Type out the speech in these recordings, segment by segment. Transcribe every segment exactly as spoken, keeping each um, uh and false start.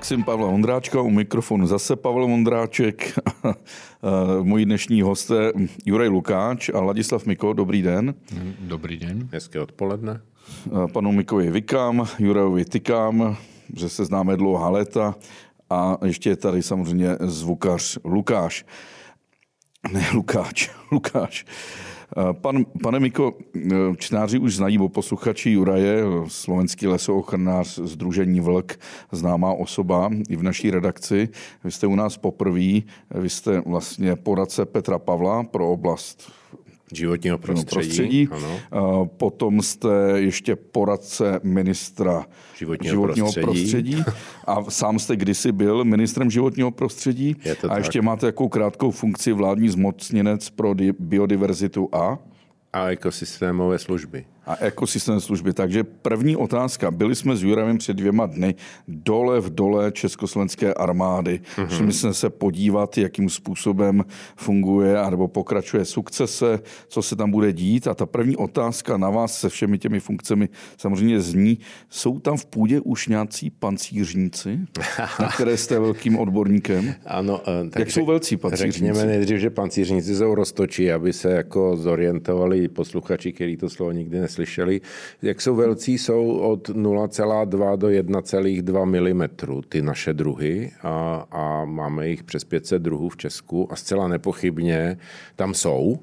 Maxim Pavla Vondráčka, u mikrofonu zase Pavel Vondráček. Moji dnešní hosté Juraj Lukáč a Ladislav Miko. Dobrý den. Dobrý den. Hezké odpoledne. Panu Mikovi vykám, Jurajovi tykám, že se známe dlouhá léta. A ještě je tady samozřejmě zvukař Lukáš. Ne, Lukáč. Lukáš. Pan, pane Miko, čtenáři už znají o posluchači Juraje, slovenský lesoochranář Sdružení Vlk, známá osoba i v naší redakci. Vy jste u nás poprvé, vy jste vlastně poradce Petra Pavla pro oblast životního prostředí. prostředí. Ano. Potom jste ještě poradce ministra životního, životního prostředí. prostředí. A sám jste kdysi byl ministrem životního prostředí. Je to a tak. ještě máte takovou krátkou funkci vládní zmocněnec pro biodiverzitu a... A ekosystémové služby. A ekosystém služby. Takže první otázka. Byli jsme s Jurajem před dvěma dny dole v dole Československé armády. Mm-hmm. Šli jsme se podívat, jakým způsobem funguje nebo pokračuje sukcese, co se tam bude dít. A ta první otázka na vás se všemi těmi funkcemi samozřejmě zní. Jsou tam v půdě už nějací pancířníci, na které jste velkým odborníkem? Ano. Tak Jak řek, jsou velcí pancířníci? Řekněme nejdřív, že pancířníci jsou roztočí, aby se jako zorientovali posluchači, kteří to slovo nikdy neslyšeli. Jak jsou velcí, jsou od nula celá dva do jedna celá dva milimetru ty naše druhy a, a máme jich přes pět set druhů v Česku a zcela nepochybně tam jsou.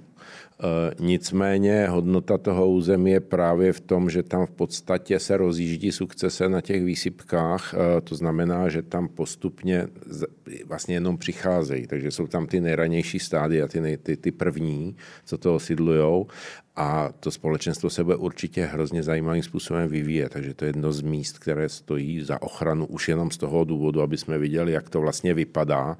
Nicméně hodnota toho území je právě v tom, že tam v podstatě se rozjíždí sukcese na těch výsypkách, to znamená, že tam postupně vlastně jenom přicházejí, takže jsou tam ty nejranější stádia, ty, nej, ty, ty první, co to osídlujou a to společenstvo se bude určitě hrozně zajímavým způsobem vyvíjet, takže to je jedno z míst, které stojí za ochranu už jenom z toho důvodu, aby jsme viděli, jak to vlastně vypadá,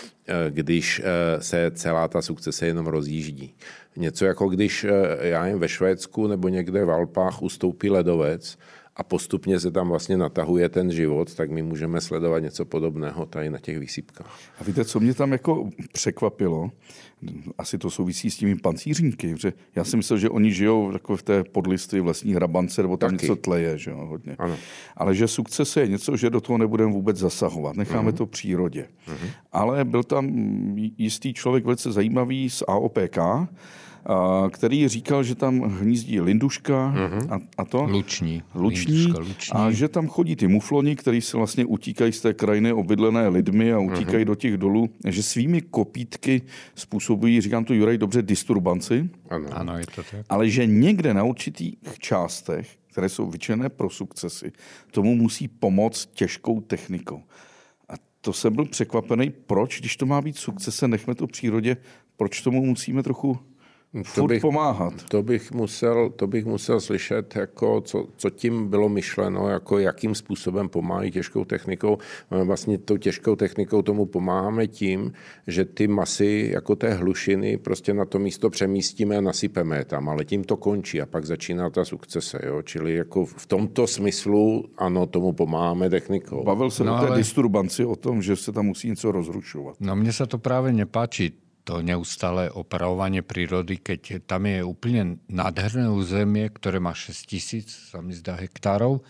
když se celá ta sukcese jenom rozjíždí. Něco jako když já jen ve Švédsku nebo někde v Alpách ustoupí ledovec a postupně se tam vlastně natahuje ten život, tak my můžeme sledovat něco podobného tady na těch výsypkách. A víte, co mě tam jako překvapilo? Asi to souvisí s těmi pancířníky, že já si myslel, že oni žijou jako v té podliství vlastní hrabance, nebo tam Taky. něco tleje, že jo, hodně. Ano. Ale že sukcese je něco, že do toho nebudeme vůbec zasahovat, necháme uh-huh. to přírodě. Uh-huh. Ale byl tam jistý člověk velice zajímavý z A O P K, který říkal, že tam hnízdí linduška uh-huh. a, a to. Luční. Luční, linduška, luční. A že tam chodí ty mufloni, který se vlastně utíkají z té krajiny obydlené lidmi a utíkají uh-huh. do těch dolů, že svými kopítky způsobují, říkám to Juraj dobře, disturbanci. Ano. ano, je to tak. Ale že někde na určitých částech, které jsou vyčleněné pro sukcesy, tomu musí pomoct těžkou technikou. A to jsem byl překvapený, proč, když to má být sukcese, nechme to přírodě, proč tomu musíme trochu To bych, pomáhat. To bych musel, to bych musel slyšet, jako co, co tím bylo myšleno, jako jakým způsobem pomáhají těžkou technikou. Vlastně tou těžkou technikou tomu pomáháme tím, že ty masy jako té hlušiny prostě na to místo přemístíme a nasypeme je tam, ale tím to končí a pak začíná ta sukcese. Jo? Čili jako v tomto smyslu, ano, tomu pomáháme technikou. Bavil se no, o té ale... disturbanci, o tom, že se tam musí něco rozrušovat. No mne sa to práve nepáči, to neustále opravovanie prírody, keď tam je úplne nádherné územie, ktoré má šesť tisíc, sa mi zdá, hektárov.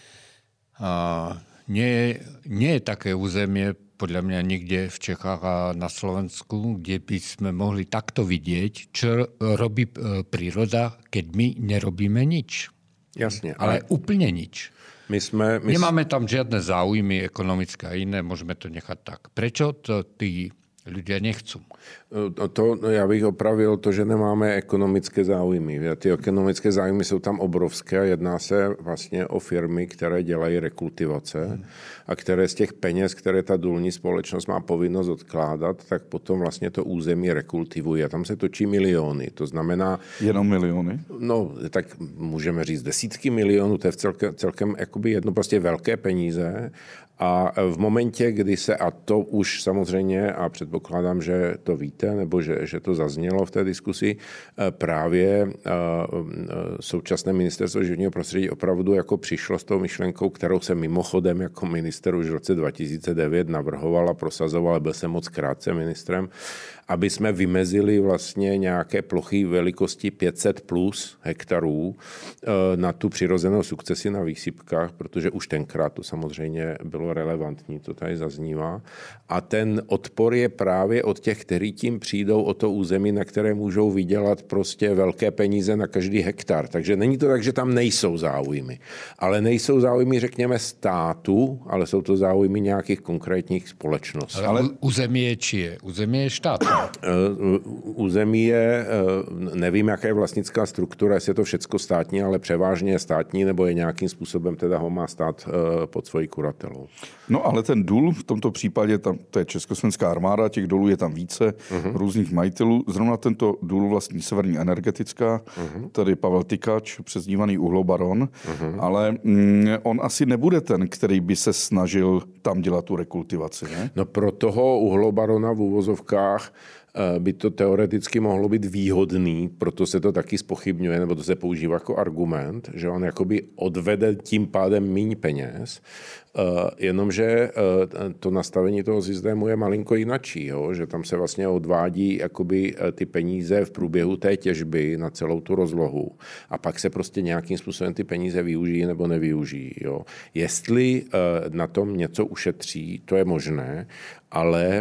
A nie, je, nie je také územie, podľa mňa nikde v Čechách a na Slovensku, kde by sme mohli takto vidieť, čo robí príroda, keď my nerobíme nič. Jasne. Ale, ale úplne nič. My sme, my Nemáme tam žiadne záujmy ekonomické a iné, môžeme to nechať tak. Prečo to tí ľudia nechcú? To, já bych opravil to, že nemáme ekonomické záujmy. Ty ekonomické záujmy jsou tam obrovské a jedná se vlastně o firmy, které dělají rekultivace hmm. a které z těch peněz, které ta důlní společnost má povinnost odkládat, tak potom vlastně to území rekultivuje. A tam se točí miliony. To znamená... Jenom miliony? No, tak můžeme říct desítky milionů, to je v celkem, celkem jakoby jedno prostě velké peníze. A v momentě, kdy se, a to už samozřejmě, a předpokládám, že to víte, nebo že, že to zaznělo v té diskusi, právě současné ministerstvo životního prostředí opravdu jako přišlo s tou myšlenkou, kterou jsem mimochodem jako minister už v roce dva tisíce devět navrhoval a prosazoval, byl jsem moc krátce ministrem, aby jsme vymezili vlastně nějaké plochy velikosti pět set plus hektarů na tu přirozenou sukcesi na výsypkách, protože už tenkrát to samozřejmě bylo relevantní, to tady zaznívá. A ten odpor je právě od těch, kteří tím přijdou o to území, na které můžou vydělat prostě velké peníze na každý hektar. Takže není to tak, že tam nejsou záujmy. Ale nejsou záujmy, řekněme, státu, ale jsou to záujmy nějakých konkrétních společností. Ale území je čije? Území je štát. Území je, nevím, jaká je vlastnická struktura, jestli je to všecko státní, ale převážně je státní, nebo je nějakým způsobem teda ho má stát pod svojí kuratelou. No ale ten důl, v tomto případě, tam, to je Československá armáda, těch dolů je tam více, uh-huh. různých majitelů. Zrovna tento důl vlastní Severní energetická, uh-huh. tady Pavel Tykač, přezdívaný uhlobaron, uh-huh. ale mm, on asi nebude ten, který by se snažil tam dělat tu rekultivaci, ne? No pro toho uhlobarona v úvozovkách by to teoreticky mohlo být výhodný, proto se to taky zpochybňuje, nebo to se používá jako argument, že on jakoby odvede tím pádem míň peněz, jenomže to nastavení toho systému je malinko jinačí, jo? Že tam se vlastně odvádí jakoby ty peníze v průběhu té těžby na celou tu rozlohu a pak se prostě nějakým způsobem ty peníze využijí nebo nevyužijí. Jo? Jestli na tom něco ušetří, to je možné, ale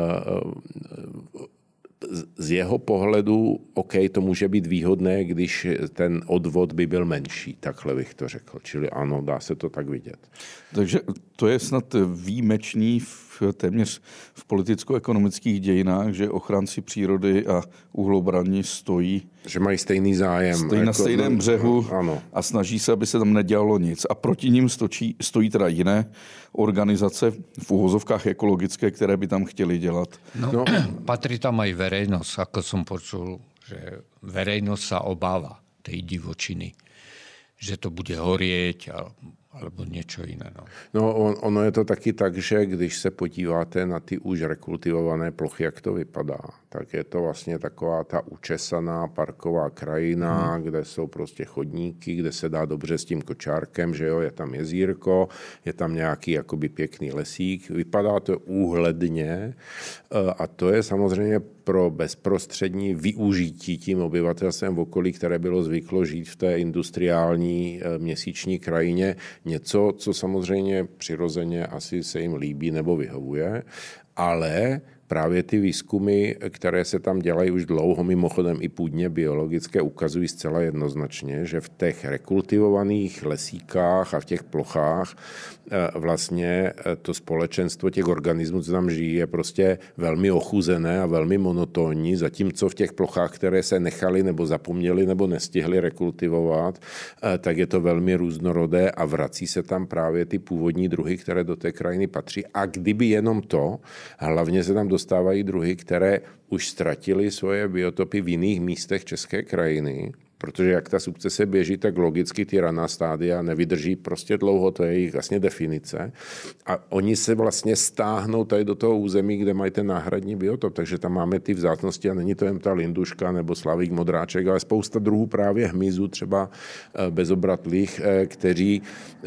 z jeho pohledu, OK, to může být výhodné, když ten odvod by byl menší, takhle bych to řekl. Čili ano, dá se to tak vidět. Takže to je snad výjimečný v téměř v politicko-ekonomických dějinách, že ochránci přírody a uhlobrani stojí že mají stejný zájem. Stojí jako, na stejném břehu ano. a snaží se, aby se tam nedělalo nic. A proti ním stočí, stojí teda jiné organizace v uvozovkách ekologické, které by tam chtěli dělat. No, no. Patrí tam aj verejnosť, ako som počul, že verejnosť sa obáva tej divočiny, že to bude horieť a alebo niečo iné. No, no on, ono je to taky tak, že když se podíváte na ty už rekultivované plochy, jak to vypadá, tak je to vlastně taková ta učesaná parková krajina, hmm. kde jsou prostě chodníky, kde se dá dobře s tím kočárkem, že jo, je tam jezírko, je tam nějaký jakoby pěkný lesík, vypadá to úhledně a to je samozřejmě pro bezprostřední využití tím obyvatelstvem v okolí, které bylo zvyklo žít v té industriální měsíční krajině, něco, co samozřejmě přirozeně asi se jim líbí nebo vyhovuje, ale právě ty výzkumy, které se tam dělají už dlouho, mimochodem i půdně biologické, ukazují zcela jednoznačně, že v těch rekultivovaných lesíkách a v těch plochách vlastně to společenstvo těch organismů, co tam žijí, je prostě velmi ochuzené a velmi monotónní, zatímco v těch plochách, které se nechali nebo zapomněli nebo nestihli rekultivovat, tak je to velmi různorodé a vrací se tam právě ty původní druhy, které do té krajiny patří. A kdyby jenom to, hlavně se tam dostávají druhy, které už ztratily svoje biotopy v jiných místech české krajiny, protože jak ta sukcese běží, tak logicky ty raná stádia nevydrží prostě dlouho, to je jejich vlastně definice. A oni se vlastně stáhnou tady do toho území, kde mají ten náhradní biotop, takže tam máme ty vzácnosti a není to jen ta linduška nebo slavík modráček, ale spousta druhů právě hmyzů, třeba bezobratlých, kteří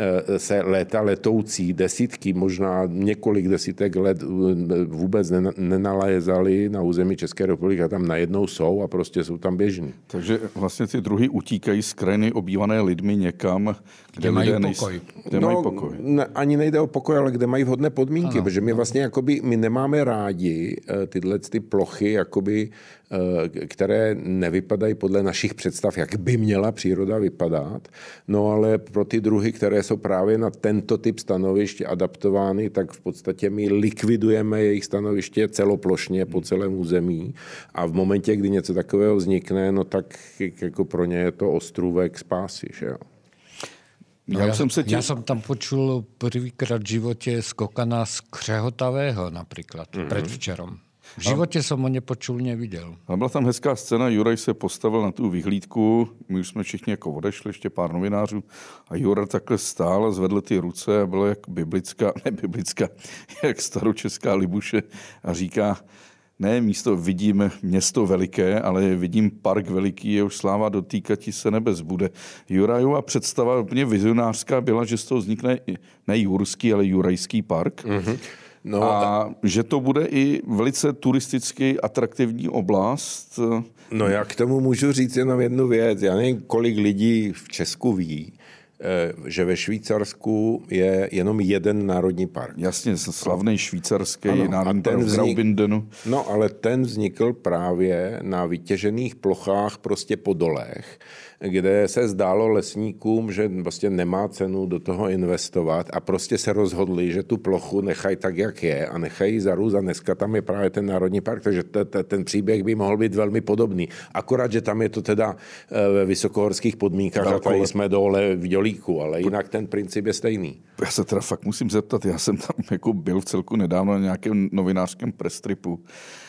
se léta letoucí, desítky, možná několik desítek let vůbec nenalézali na území České republiky a tam najednou jsou a prostě jsou tam běžní. Takže vlastně ty druhy utíkají z krajiny obývané lidmi někam, kde, kde mají pokoj. Kde no, mají pokoj. Ne, ani nejde o pokoj, ale kde mají vhodné podmínky, ano, protože my vlastně jakoby, my nemáme rádi tyhle ty plochy, jakoby, které nevypadají podle našich představ, jak by měla příroda vypadat. No ale pro ty druhy, které jsou právě na tento typ stanoviště adaptovány, tak v podstatě my likvidujeme jejich stanoviště celoplošně po celém území a v momentě, kdy něco takového vznikne, no tak jako pro ně je to ostrůvek spásy, že jo. No, ja, som tě... ja som tam počul prvýkrát v živote skokana z Křehotavého napríklad, mm-hmm. predvčerom. V životě jsem ho nepočul, neviděl. A byla tam hezká scéna, Juraj se postavil na tu vyhlídku, my už jsme všichni jako odešli, ještě pár novinářů, a Jura takhle stál a zvedl ty ruce a byla jak biblická, ne biblická, jak staročeská libuše a říká, ne místo vidím město veliké, ale vidím park veliký, jehož sláva dotýkati se nebes bude. Jurajova představa úplně vizionářská byla, že z toho vznikne ne jurský, ale jurajský park. Mm-hmm. No, a že to bude i velice turisticky atraktivní oblast. No já k tomu můžu říct jenom jednu věc. Já nevím, kolik lidí v Česku ví, že ve Švýcarsku je jenom jeden národní park. Jasně, slavný švýcarský ano, národní park v Graubündenu. No, ale ten vznikl právě na vytěžených plochách prostě po dolech, kde se zdálo lesníkům, že prostě nemá cenu do toho investovat a prostě se rozhodli, že tu plochu nechají tak, jak je a nechají zarůst a dneska tam je právě ten národní park, takže t- t- ten příběh by mohl být velmi podobný. Akorát, že tam je to teda ve vysokohorských podmínkách a tady jsme dole v Dělíku, ale jinak ten princip je stejný. Já se teda fakt musím zeptat, já jsem tam jako byl v celku nedávno na nějakém novinářském prestripu.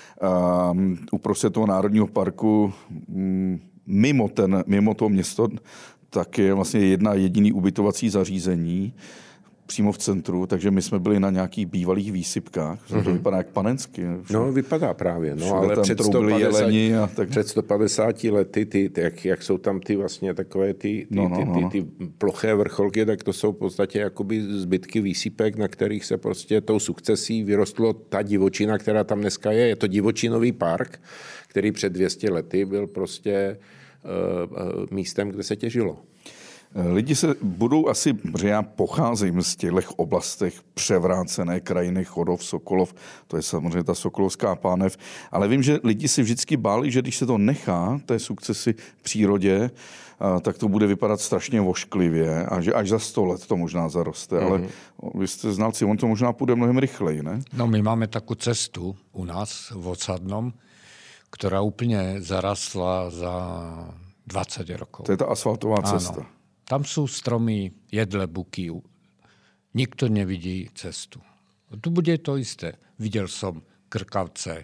Um, uprostřed toho národního parku um, Mimo, ten, mimo to město, tak je vlastně jedna jediný ubytovací zařízení přímo v centru, takže my jsme byli na nějakých bývalých výsypkách. Mm-hmm. To vypadá jak panensky. Všude, no, vypadá právě. No, ale před sto padesáti, tak... před sto padesáti lety, ty, ty, jak, jak jsou tam ty vlastně takové ty, ty, no, no, ty, ty, ty, ty ploché vrcholky, tak to jsou v podstatě jakoby zbytky výsypek, na kterých se prostě tou sukcesí vyrostlo ta divočina, která tam dneska je. Je to divočinový park, který před dvěma sty lety byl prostě uh, uh, místem, kde se těžilo. Lidi se budou asi, protože já pocházím z těchto oblastech převrácené krajiny Chodov, Sokolov, to je samozřejmě ta sokolovská pánev, ale vím, že lidi si vždycky báli, že když se to nechá, té sukcesy v přírodě, tak to bude vypadat strašně vošklivě a že až za sto let to možná zaroste, mm-hmm. ale vy jste znalci, on to možná půjde mnohem rychleji, ne? No my máme takovou cestu u nás v Osadnom, která úplně zarastla za dvacet rokov. To je ta asfaltová cesta. Ano. Tam jsou stromy, jedle, buky. Nikto nevidí cestu. Tu bude to isté. Viděl jsem krkavce,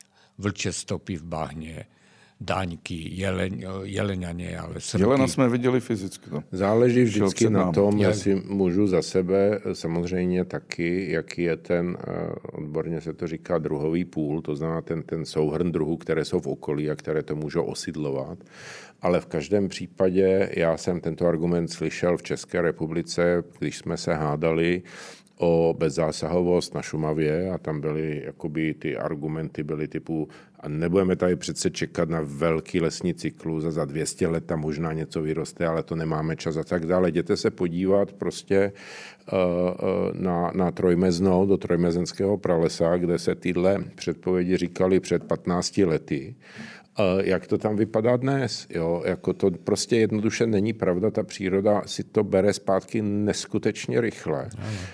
vlčie stopy v bahně, daňky, jeleň, jeleňaně, ale srpy. Jelena jsme viděli fyzicky. To. Záleží vždycky na tom, já si můžu za sebe samozřejmě taky, jaký je ten, odborně se to říká druhový půl, to znamená ten, ten souhrn druhů, které jsou v okolí a které to můžou osidlovat. Ale v každém případě já jsem tento argument slyšel v České republice, když jsme se hádali o bezzásahovost na Šumavě a tam byly jakoby ty argumenty byly typu a nebudeme tady přece čekat na velký lesní cyklus a za dvě stě let tam možná něco vyroste, ale to nemáme čas a tak dále. Jděte se podívat prostě uh, uh, na, na Trojmeznou, do Trojmezenského pralesa, kde se tyhle předpovědi říkaly před patnácti lety. Jak to tam vypadá dnes. Jo? Jako to prostě jednoduše není pravda, ta příroda si to bere zpátky neskutečně rychle.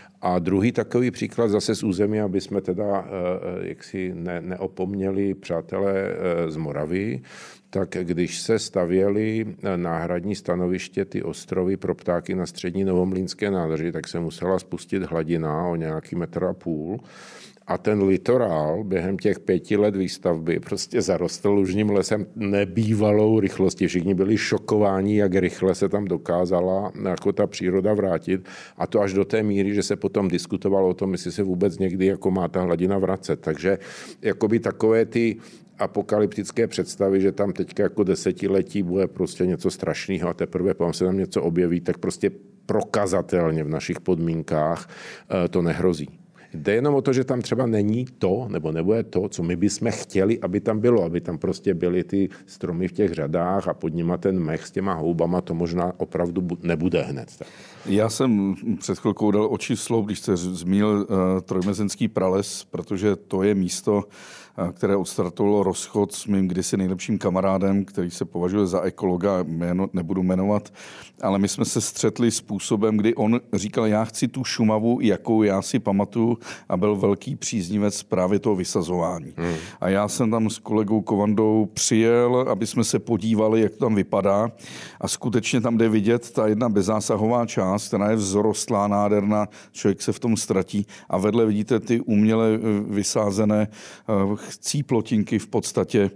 A druhý takový příklad zase z území, aby jsme teda jaksi ne, neopomněli přátelé z Moravy, tak když se stavěly náhradní stanoviště, ty ostrovy pro ptáky na střední Novomlýnské nádrži, tak se musela spustit hladina o nějaký metr a půl. A ten litorál během těch pěti let výstavby prostě zarostl lužním lesem nebývalou rychlostí. Všichni byli šokováni, jak rychle se tam dokázala jako ta příroda vrátit. A to až do té míry, že se potom diskutovalo o tom, jestli se vůbec někdy jako má ta hladina vracet. Takže jakoby takové ty apokalyptické představy, že tam teďka jako desetiletí bude prostě něco strašného a teprve potom se tam něco objeví, tak prostě prokazatelně v našich podmínkách to nehrozí. Jde jenom o to, že tam třeba není to, nebo nebude to, co my bychom chtěli, aby tam bylo, aby tam prostě byly ty stromy v těch řadách a pod nima ten mech s těma houbama, to možná opravdu nebude hned. Tak. Já jsem před chvilkou dal oči sloup, když jste zmínil uh, Trojmezenský prales, protože to je místo, uh, které odstartovalo rozchod s mým kdysi nejlepším kamarádem, který se považuje za ekologa, jméno nebudu jmenovat, ale my jsme se střetli způsobem, kdy on říkal, já chci tu Šumavu, jakou já si pamatuju, a byl velký příznivec právě toho vysazování. Hmm. A já jsem tam s kolegou Kovandou přijel, aby jsme se podívali, jak to tam vypadá. A skutečně tam jde vidět ta jedna bezzásahová část, která je vzrostlá, nádherná, člověk se v tom ztratí. A vedle vidíte ty uměle vysázené cíplotinky v podstatě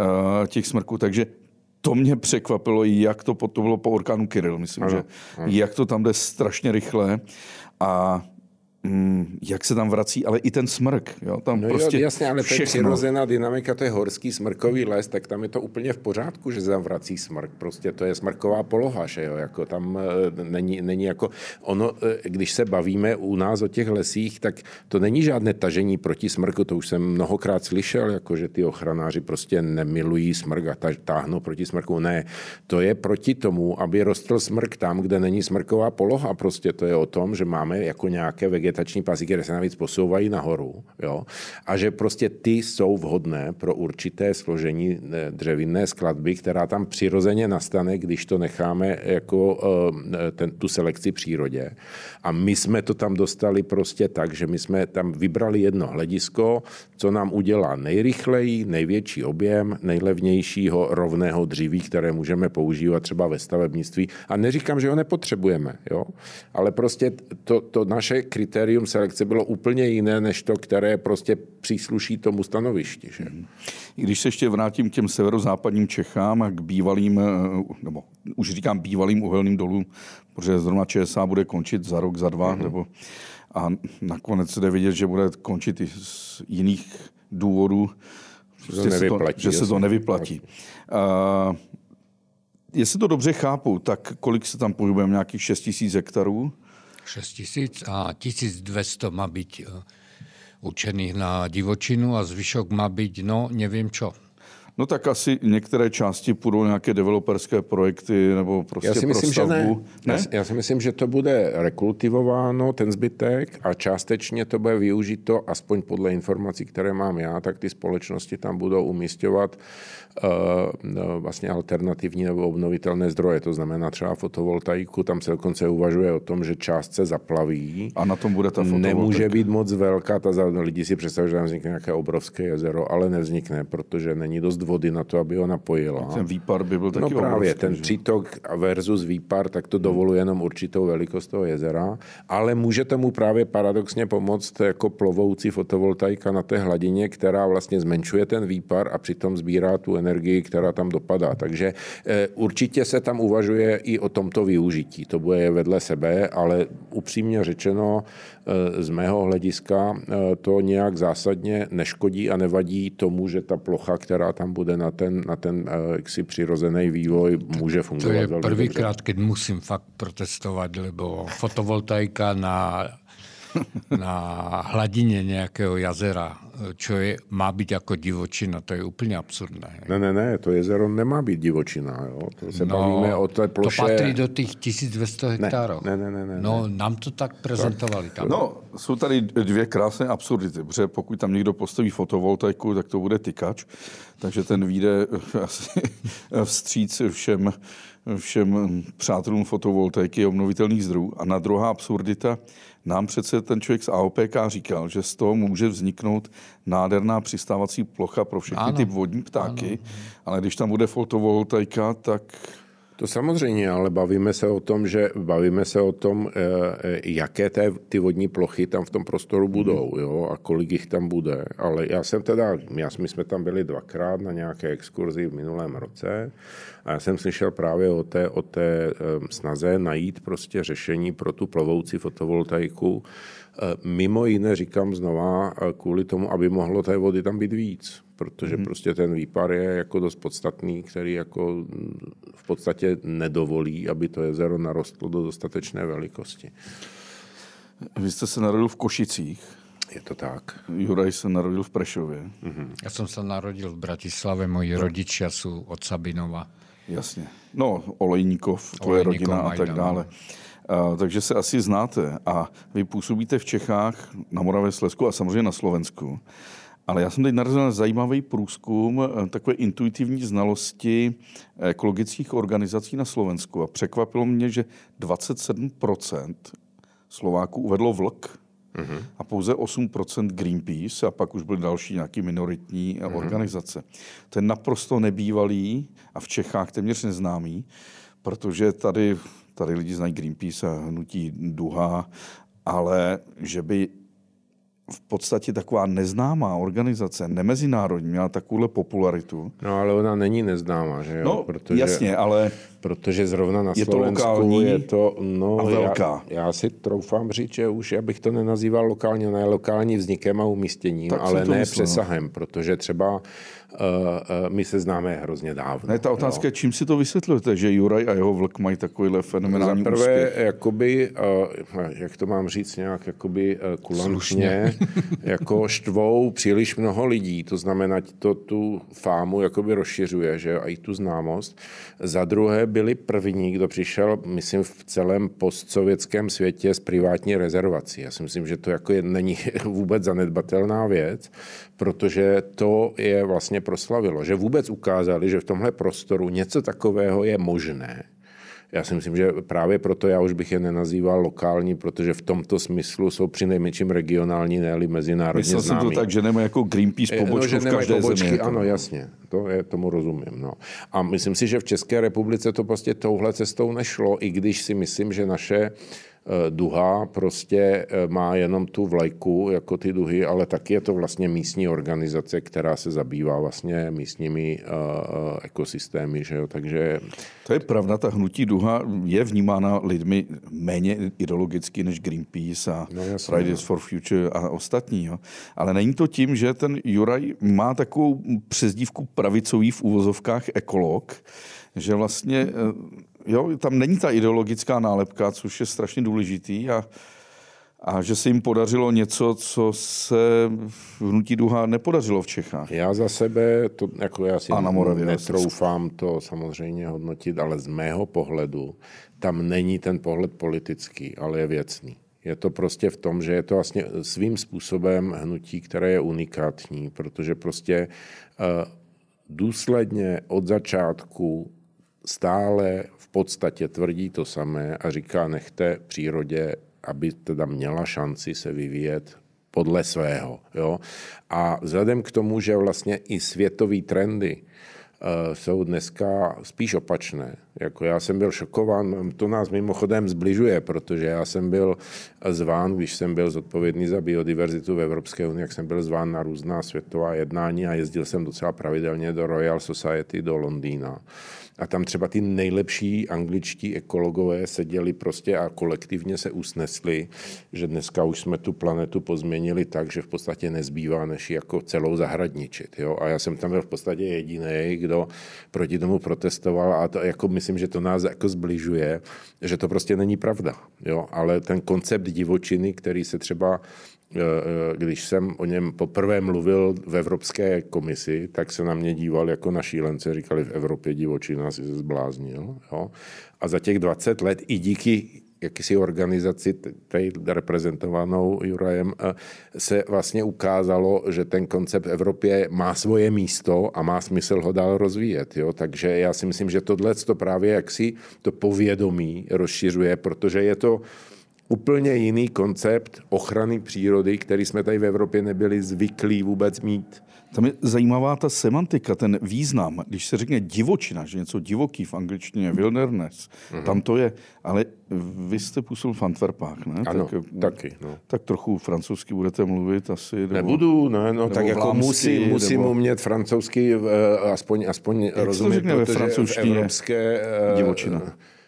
těch smrků. Takže to mě překvapilo, jak to, to bylo po orkánu Kyrill, myslím, ano, že ano. Jak to tam jde strašně rychle. A jak se tam vrací, ale i ten smrk. Jo? Tam no prostě jo, jasně, ale všechno. ta přirozená dynamika, to je horský smrkový les, tak tam je to úplně v pořádku, že se tam vrací smrk. Prostě to je smrková poloha, že jo? Jako tam není, není jako... Ono, když se bavíme u nás o těch lesích, tak to není žádné tažení proti smrku, to už jsem mnohokrát slyšel, jako že ty ochranáři prostě nemilují smrk a táhnou proti smrku. Ne, to je proti tomu, aby rostl smrk tam, kde není smrková poloha. Prostě to je o tom, že máme jako nějaké vegetační pásy, které se navíc posouvají nahoru. Jo? A že prostě ty jsou vhodné pro určité složení dřevinné skladby, která tam přirozeně nastane, když to necháme jako ten, tu selekci přírodě. A my jsme to tam dostali prostě tak, že my jsme tam vybrali jedno hledisko, co nám udělá nejrychleji, největší objem, nejlevnějšího rovného dříví, které můžeme používat třeba ve stavebnictví. A neříkám, že ho nepotřebujeme, jo? Ale prostě to, to naše kritérium selekce bylo úplně jiné, než to, které prostě přísluší tomu stanovišti. Že? I když se ještě vrátím k těm severozápadním Čechám a k bývalým, nebo už říkám bývalým uhelným dolům, protože zrovna ČSA bude končit za rok, za dva, mm-hmm. nebo a nakonec se jde vidět, že bude končit i z jiných důvodů, prostě se to, že se to nevyplatí. Uh, jestli to dobře chápu, tak kolik se tam pohybujeme? Nějakých šest tisíc hektarů? šest tisíc a tisíc dvě stě má být určených na divočinu a zvyšok má být, no nevím čo. No tak asi některé části půjdou nějaké developerské projekty nebo prostě já si myslím, pro stavbu. Že ne. Ne? Já si myslím, že to bude rekultivováno, ten zbytek, a částečně to bude využito, aspoň podle informací, které mám já, tak ty společnosti tam budou umísťovat uh, no, vlastně alternativní nebo obnovitelné zdroje. To znamená třeba fotovoltaiku, tam se dokonce uvažuje o tom, že část se zaplaví. A na tom bude ta fotovoltaika. Nemůže být moc velká, ta lidi si představují, že tam vznikne nějaké obrovské jezero, ale nevznikne, protože není dost vody na to, aby ho napojila. Ten výpar by byl taky no právě, obrovský, ten že? přítok versus výpar, tak to dovoluje jenom určitou velikost toho jezera, ale může tomu právě paradoxně pomoct jako plovoucí fotovoltaika na té hladině, která vlastně zmenšuje ten výpar a přitom sbírá tu energii, která tam dopadá. Takže e, určitě se tam uvažuje i o tomto využití. To bude vedle sebe, ale upřímně řečeno, e, z mého hlediska e, to nějak zásadně neškodí a nevadí tomu, že ta plocha, která tam bude na ten, na ten jaksi přirozený vývoj, může fungovat. To je prvýkrát, keď musím fakt protestovat, lebo fotovoltaika na, na hladine nějakého jazera, čo je, má být jako divočina, to je úplně absurdné. Ne, ne, ne, to jezero nemá být divočina. Jo? To se no, bavíme o té ploše. To patří do těch tisíc dvě stě hektárů. Ne, ne, ne, ne, no, ne. nám to tak prezentovali. Tam. No, jsou tady dvě krásné absurdity, protože pokud tam někdo postaví fotovoltaiku, tak to bude tykač, takže ten vyjde asi vstříc všem, všem přátelům fotovoltaiky a obnovitelných zdrojů. A na druhá absurdita, nám přece ten člověk z A O P K říkal, že z toho může vzniknout nádherná přistávací plocha pro všechny ano. ty vodní ptáky, ano. ale když tam bude fotovoltaika, tak... To samozřejmě, ale bavíme se o tom, že bavíme se o tom, jaké té, ty vodní plochy tam v tom prostoru budou, jo, a kolik jich tam bude. Ale já jsem teda, já, my jsme tam byli dvakrát na nějaké exkurzi v minulém roce a já jsem slyšel právě o té, o té snaze najít prostě řešení pro tu plovoucí fotovoltaiku. Mimo jiné říkám znova, kvůli tomu, aby mohlo té vody tam být víc, protože hmm. prostě ten výpar je jako dost podstatný, který jako v podstatě nedovolí, aby to jezero narostlo do dostatečné velikosti. Vy jste se narodil v Košicích. Je to tak. Juraj se narodil v Prešově. Hmm. Já jsem se narodil v Bratislave, moji no. rodičia jsou od Sabinova. Jasně. No, Olejníkov, tvoje Olejníkov, rodina a tak dále. Uh, takže se asi znáte a vy působíte v Čechách, na Moravě, Slezsku a samozřejmě na Slovensku. Ale já jsem teď narazil na zajímavý průzkum takové intuitivní znalosti ekologických organizací na Slovensku a překvapilo mě, že dvacet sedm procent Slováků uvedlo vlk mm-hmm. a pouze osm procent Greenpeace a pak už byly další nějaké minoritní mm-hmm. organizace. To je naprosto nebývalý a v Čechách téměř neznámý, protože tady Tady lidi znají Greenpeace a hnutí Duha, ale že by v podstatě taková neznámá organizace, nemezinárodní, měla takovouhle popularitu. No ale ona není neznámá, že jo? No protože, jasně, ale... Protože zrovna na je Slovensku to lokální je to no, a velká. Já, já si troufám říct, že už já bych to nenazýval lokální, ne lokální vznikem a umístěním, tak ale ne myslel. Přesahem, protože třeba uh, uh, my se známe hrozně dávno. Ne, ta otázka jo. je, čím si to vysvětlujete, že Juraj a jeho vlk mají takovýhle fenomenální úspěch? Za prvé, úspěch? jakoby, uh, jak to mám říct nějak jakoby uh, kulantně, jako štvou příliš mnoho lidí, to znamená, to tu fámu jakoby rozšiřuje, že a i tu známost. Za druhé byli první, kdo přišel, myslím, v celém postsovětském světě s privátní rezervací. Já si myslím, že to jako je, není vůbec zanedbatelná věc, protože to je vlastně proslavilo, že vůbec ukázali, že v tomhle prostoru něco takového je možné. Já si myslím, že právě proto já už bych je nenazýval lokální, protože v tomto smyslu jsou přinejmenším regionální, ne-li mezinárodně Myslel známí. jsem to tak, že nemají jako Greenpeace pobočku no, že v každé pobočky, zemi. Ano, jasně, to je, tomu rozumím. No. A myslím si, že v České republice to prostě touhle cestou nešlo, i když si myslím, že naše Duha prostě má jenom tu vlajku, jako ty duhy, ale taky je to vlastně místní organizace, která se zabývá vlastně místními uh, ekosystémy, že jo, takže... To je pravda, ta hnutí Duha je vnímána lidmi méně ideologicky než Greenpeace a no, jasně, Fridays for Future a ostatní, jo. Ale není to tím, že ten Juraj má takovou přezdívku pravicový v uvozovkách ekolog, že vlastně... Jo, tam není ta ideologická nálepka, což je strašně důležitý a, a že se jim podařilo něco, co se v hnutí Duha nepodařilo v Čechách. Já za sebe, to, jako já si netroufám to samozřejmě hodnotit, ale z mého pohledu tam není ten pohled politický, ale je věcný. Je to prostě v tom, že je to vlastně svým způsobem hnutí, které je unikátní, protože prostě uh, důsledně od začátku stále v podstatě tvrdí to samé a říká, nechte přírodě, aby teda měla šanci se vyvíjet podle svého. Jo? A vzhledem k tomu, že vlastně i světové trendy uh, jsou dneska spíš opačné. Jako já jsem byl šokován, to nás mimochodem zbližuje, protože já jsem byl zván, když jsem byl zodpovědný za biodiverzitu v Evropské unii, jak jsem byl zván na různá světová jednání a jezdil jsem docela pravidelně do Royal Society do Londýna. A tam třeba ty nejlepší angličtí ekologové seděli prostě a kolektivně se usnesli, že dneska už jsme tu planetu pozměnili tak, že v podstatě nezbývá, než jako celou zahradničit. Jo? A já jsem tam byl v podstatě jediný, kdo proti tomu protestoval a to jako myslím, že to nás jako zbližuje, že to prostě není pravda. Jo? Ale ten koncept divočiny, který se třeba když jsem o něm poprvé mluvil v Evropské komisi, tak se na mě díval jako na šílence, říkali v Evropě divočina, si se zbláznil. Jo? A za těch dvacet let i díky jakýsi organizaci tady reprezentovanou Jurajem se vlastně ukázalo, že ten koncept v Evropě má svoje místo a má smysl ho dál rozvíjet. Jo? Takže já si myslím, že tohle to právě jaksi to povědomí rozšiřuje, protože je to úplně jiný koncept ochrany přírody, který jsme tady v Evropě nebyli zvyklí vůbec mít. Tam je zajímavá ta semantika, ten význam. Když se řekne divočina, že něco divoký v angličtině, wilderness, uh-huh. tam to je. Ale vy jste působil v Antwerpách, ne? Ano, tak, taky. No. Tak trochu francouzsky budete mluvit asi? Nebo, Nebudu, ne, no, tak jako musím, musím nebo... umět francouzsky, aspoň, aspoň rozumět, protože v evropské... divočina.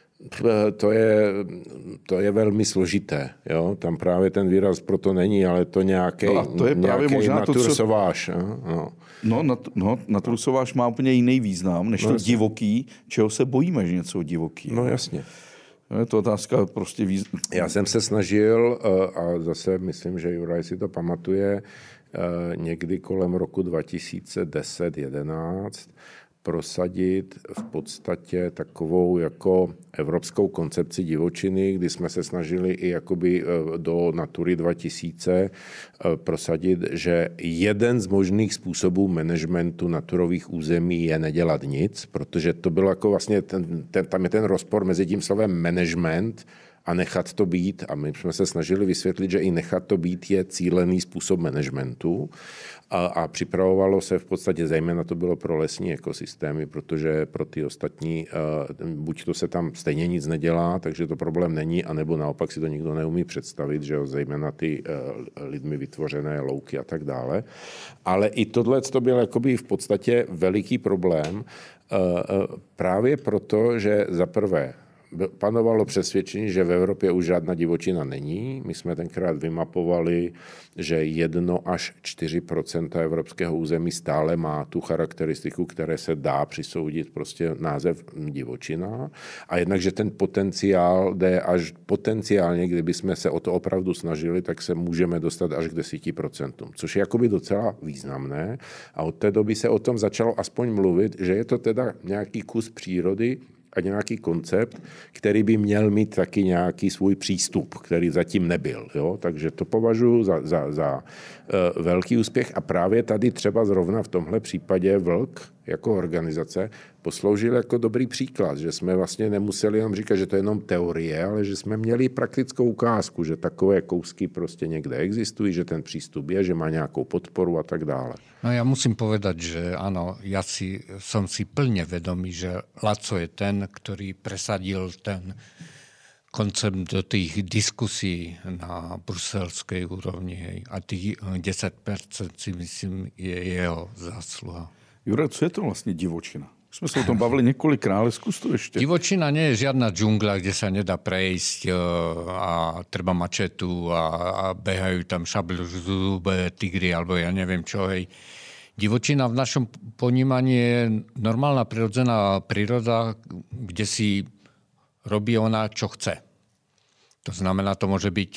To je, to je velmi složité. Jo? Tam právě ten výraz proto není, ale to nějaký no a to je právě možná to, co... sauvage. No, no, nat, no natur sauvage má úplně jiný význam, než no, to jasně. divoký, čeho se bojíme, že něco divoký. No jasně. Je to otázka prostě výz... Já jsem se snažil, a zase myslím, že Juraj si to pamatuje, někdy kolem roku dva tisíce deset jedenáct prosadit v podstatě takovou jako evropskou koncepci divočiny, kdy jsme se snažili i jakoby do Natury dva tisíce prosadit, že jeden z možných způsobů managementu naturových území je nedělat nic, protože to bylo jako vlastně, ten, ten, tam je ten rozpor mezi tím slovem management a nechat to být. A my jsme se snažili vysvětlit, že i nechat to být je cílený způsob managementu a, a připravovalo se v podstatě, zejména to bylo pro lesní ekosystémy, protože pro ty ostatní buď to se tam stejně nic nedělá, takže to problém není, anebo naopak si to nikdo neumí představit, že jo, zejména ty lidmi vytvořené louky a tak dále. Ale i tohle to byl jakoby v podstatě veliký problém právě proto, že za prvé panovalo přesvědčení, že v Evropě už žádná divočina není. My jsme tenkrát vymapovali, že jedno až čtyři procenta evropského území stále má tu charakteristiku, které se dá přisoudit prostě název divočina. A jednak, že ten potenciál jde až potenciálně, kdyby jsme se o to opravdu snažili, tak se můžeme dostat až k deseti procentům, což je jakoby docela významné. A od té doby se o tom začalo aspoň mluvit, že je to teda nějaký kus přírody, a nějaký koncept, který by měl mít taky nějaký svůj přístup, který zatím nebyl. Jo? Takže to považuji za, za, za uh, velký úspěch a právě tady třeba zrovna v tomhle případě Vlk jako organizace posloužil jako dobrý příklad, že jsme vlastně nemuseli jenom říkat, že to je jenom teorie, ale že jsme měli praktickou ukázku, že takové kousky prostě někde existují, že ten přístup je, že má nějakou podporu a tak dále. No ja musím povedať, že áno, ja si, som si plne vedomý, že Laco je ten, ktorý presadil ten koncept do tých diskusí na bruselskej úrovni. Hej. A tých desať percent si myslím je jeho zásluha. Jure, co je to vlastně divočina? Už jsme se o tom bavili několikrát, ale zkus to ještě. Divočina nie je žiadna džungla, kde sa nedá prejsť a treba mačetu a, a behajú tam šabľozúbe, tigry alebo ja neviem čo. Hej. Divočina v našom ponímaní je normálna prirodzená príroda, kde si robí ona, čo chce. To znamená, to môže byť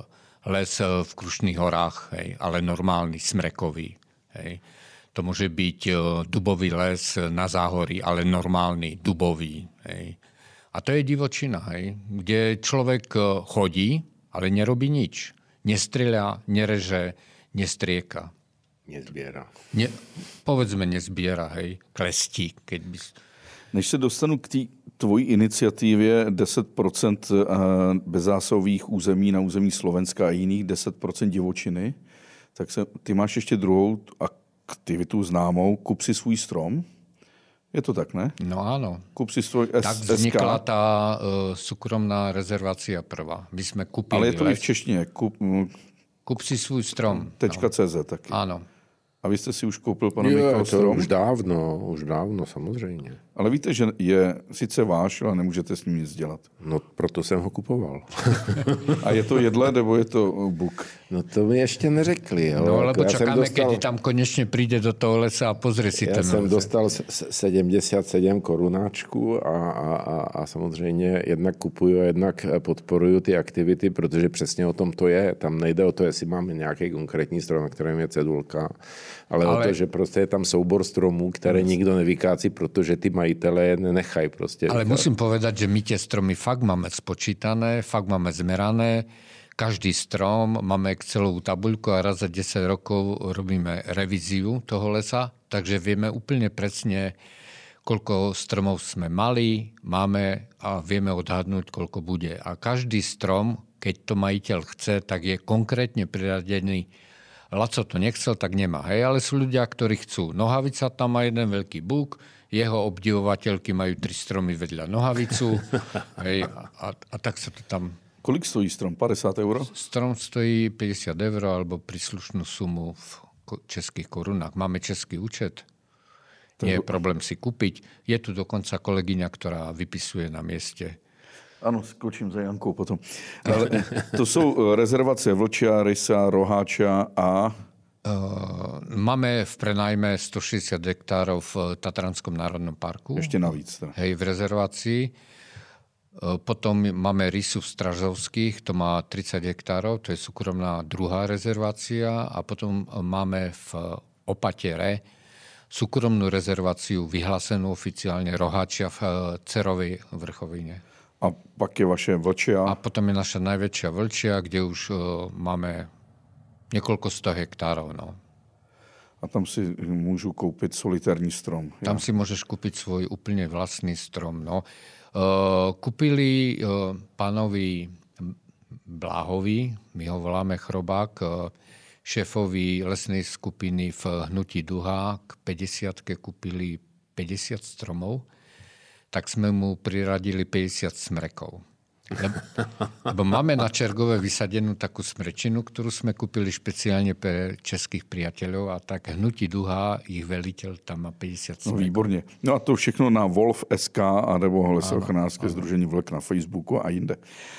les v Krušných horách, hej, ale normálny, smrekový. Hej. To môže byť dubový les na záhorí, ale normálny, dubový. Hej. A to je divočina, hej, kde človek chodí, ale nerobí nič. Nestrieľa, nereže, nestrieka. Nezbiera. Ne, povedzme nezbiera, hej, klestí. Keď by... Než se dostanu k té tvojí iniciativě deset procent bezzásahových území na území Slovenska a jiných deset procent divočiny, tak se, ty máš ještě druhou aktivitu známou, Kup si svůj strom. Je to tak, ne? No áno. Kup si svoj S- tak vznikla tá uh, súkromná rezervácia prvá. My sme kúpili ale je to les. i v češtině. Kup, Kup si svůj strom. Tečka no. cé zet taky. Áno. A vy jste si už koupil, pane Jo, Mikal, to strom? už dávno, už dávno, samozřejmě. Ale víte, že je sice váš, ale nemůžete s ním nic dělat. No, proto jsem ho kupoval. A je to jedle, nebo je to buk? No to mi ještě neřekli. Jo. No, lebo Já jsem čakáme, dostal... keď tam konečne príde do toho lesa a pozrie si Já ten jsem les. dostal sedmdesát sedm korunáčků a, a, a, a samozřejmě jednak kupuju a jednak podporuju ty aktivity, protože přesně o tom to je. Tam nejde o to, jestli máme nějaký konkrétní strom, na kterém je cedulka, ale, ale o to, že prostě je tam soubor stromů, které nikdo nevykácí, protože ty majitelé je nenechají prostě. Ale vykácí. musím povedať, že my tie stromy fakt máme spočítané, fakt máme zmerané. Každý strom, máme Excelovú tabuľku a raz za desať rokov robíme revíziu toho lesa, takže vieme úplne presne, koľko stromov sme mali, máme a vieme odhadnúť, koľko bude. A každý strom, keď to majiteľ chce, tak je konkrétne priradený. Laco to nechcel, tak nemá. Hej, ale sú ľudia, ktorí chcú. Nohavica tam má jeden veľký buk, jeho obdivovateľky majú tri stromy vedľa nohavicu. Hej, a, a tak sa to tam... Kolik stojí strom? padesát euro? Strom stojí päťdesiat eur alebo príslušnú sumu v českých korunách. Máme český účet. Nie je problém si kúpiť. Je tu dokonca kolegyňa, ktorá vypisuje na mieste. Ano, skočím za Jankou potom. Ale to jsou rezervace Vlčia, Rysa, Roháča a... Uh, máme v prenajme stošesťdesiat hektárov v Tatranskom národnom parku. Ještě navíc. Teda. Hej, v rezervácii. Uh, potom máme Rysu v Stražovských, to má tridsať hektárov, to je súkromná druhá rezervácia. A potom máme v Opatere súkromnú rezerváciu vyhlásenú oficiálne Roháčia v Cerovej vrchovine. A pak je vaše Vlčia. A potom je naša najväčšia Vlčia, kde už uh, máme niekoľko sto hektárov. No. A tam si môžu kúpiť solitárny strom. Tam ja. si môžeš kúpiť svoj úplne vlastný strom. No. Uh, kúpili uh, pánovi Bláhovi, my ho voláme Chrobák, šéfovi lesnej skupiny v Hnutí Duha k päťdesiatke kúpili päťdesiat stromov, tak sme mu priradili päťdesiat smrekov. Lebo, lebo máme na Čergove vysadenú takú smrečinu, ktorú sme kúpili špeciálne pre českých priateľov a tak Hnutí Duha, ich veliteľ, tam má päťdesiat smrekov. No, výborně. No a to všechno na Wolf tečka es ká a nebo Lesochránářské sdružení Vlk na Facebooku a jinde.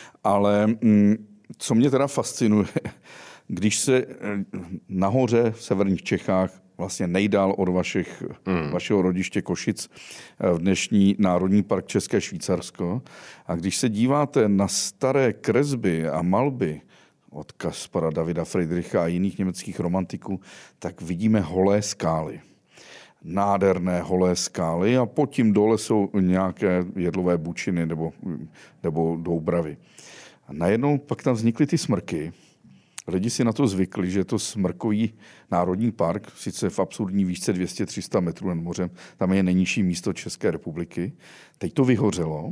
Ale mm, co mě teda fascinuje, když se nahoře v severních Čechách vlastně nejdál od vašich, hmm. vašeho rodiště Košic v dnešní Národní park České Švýcarsko. A když se díváte na staré kresby a malby od Kaspara Davida Friedricha a jiných německých romantiků, tak vidíme holé skály. Nádherné holé skály a pod tím dole jsou nějaké jedlové bučiny nebo, nebo doubravy. A najednou pak tam vznikly ty smrky. Lidi si na to zvykli, že je to smrkový národní park, sice v absurdní výšce dvě stě až tři sta metrů nad mořem, tam je nejnižší místo České republiky. Teď to vyhořelo.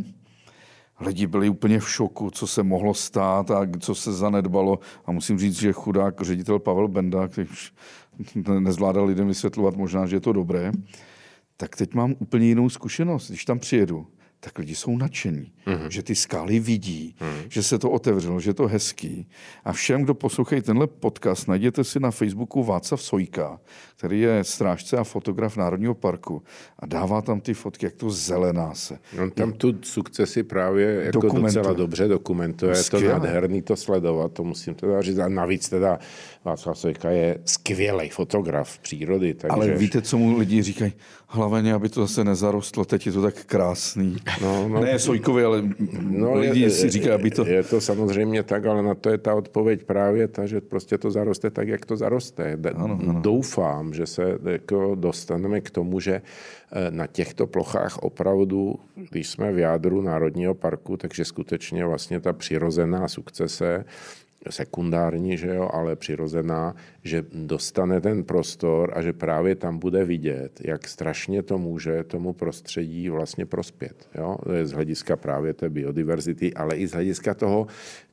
Lidi byli úplně v šoku, co se mohlo stát a co se zanedbalo. A musím říct, že chudák ředitel Pavel Benda, který už nezvládal lidem vysvětlovat možná, že je to dobré, tak teď mám úplně jinou zkušenost. Když tam přijedu, tak lidi jsou nadšení, mm-hmm. že ty skály vidí, mm-hmm. že se to otevřelo, že je to hezký. A všem, kdo poslouchají tenhle podcast, najděte si na Facebooku Václav Sojka, který je strážce a fotograf Národního parku a dává tam ty fotky, jak to zelená se. On tam tu sukcesi právě jako docela dobře dokumentuje. Je to nádherný to sledovat, to musím teda říct. A navíc teda Václav Sojka je skvělej fotograf přírody. Takže... Ale víte, co mu lidi říkají? Hlavně, aby to zase nezarostlo, teď je to tak krásný. No, no, ne Sojkovi, ale no, lidi je, si říkají, aby to... Je to samozřejmě tak, ale na to je ta odpověď právě ta, že prostě to zaroste tak, jak to zaroste. Ano, ano. Doufám, že se jako dostaneme k tomu, že na těchto plochách opravdu, když jsme v jádru Národního parku, takže skutečně vlastně ta přirozená sukcese sekundární, že jo, ale přirozená, že dostane ten prostor a že právě tam bude vidět, jak strašně to může tomu prostředí vlastně prospět. Jo? Z hlediska právě té biodiverzity, ale i z hlediska toho,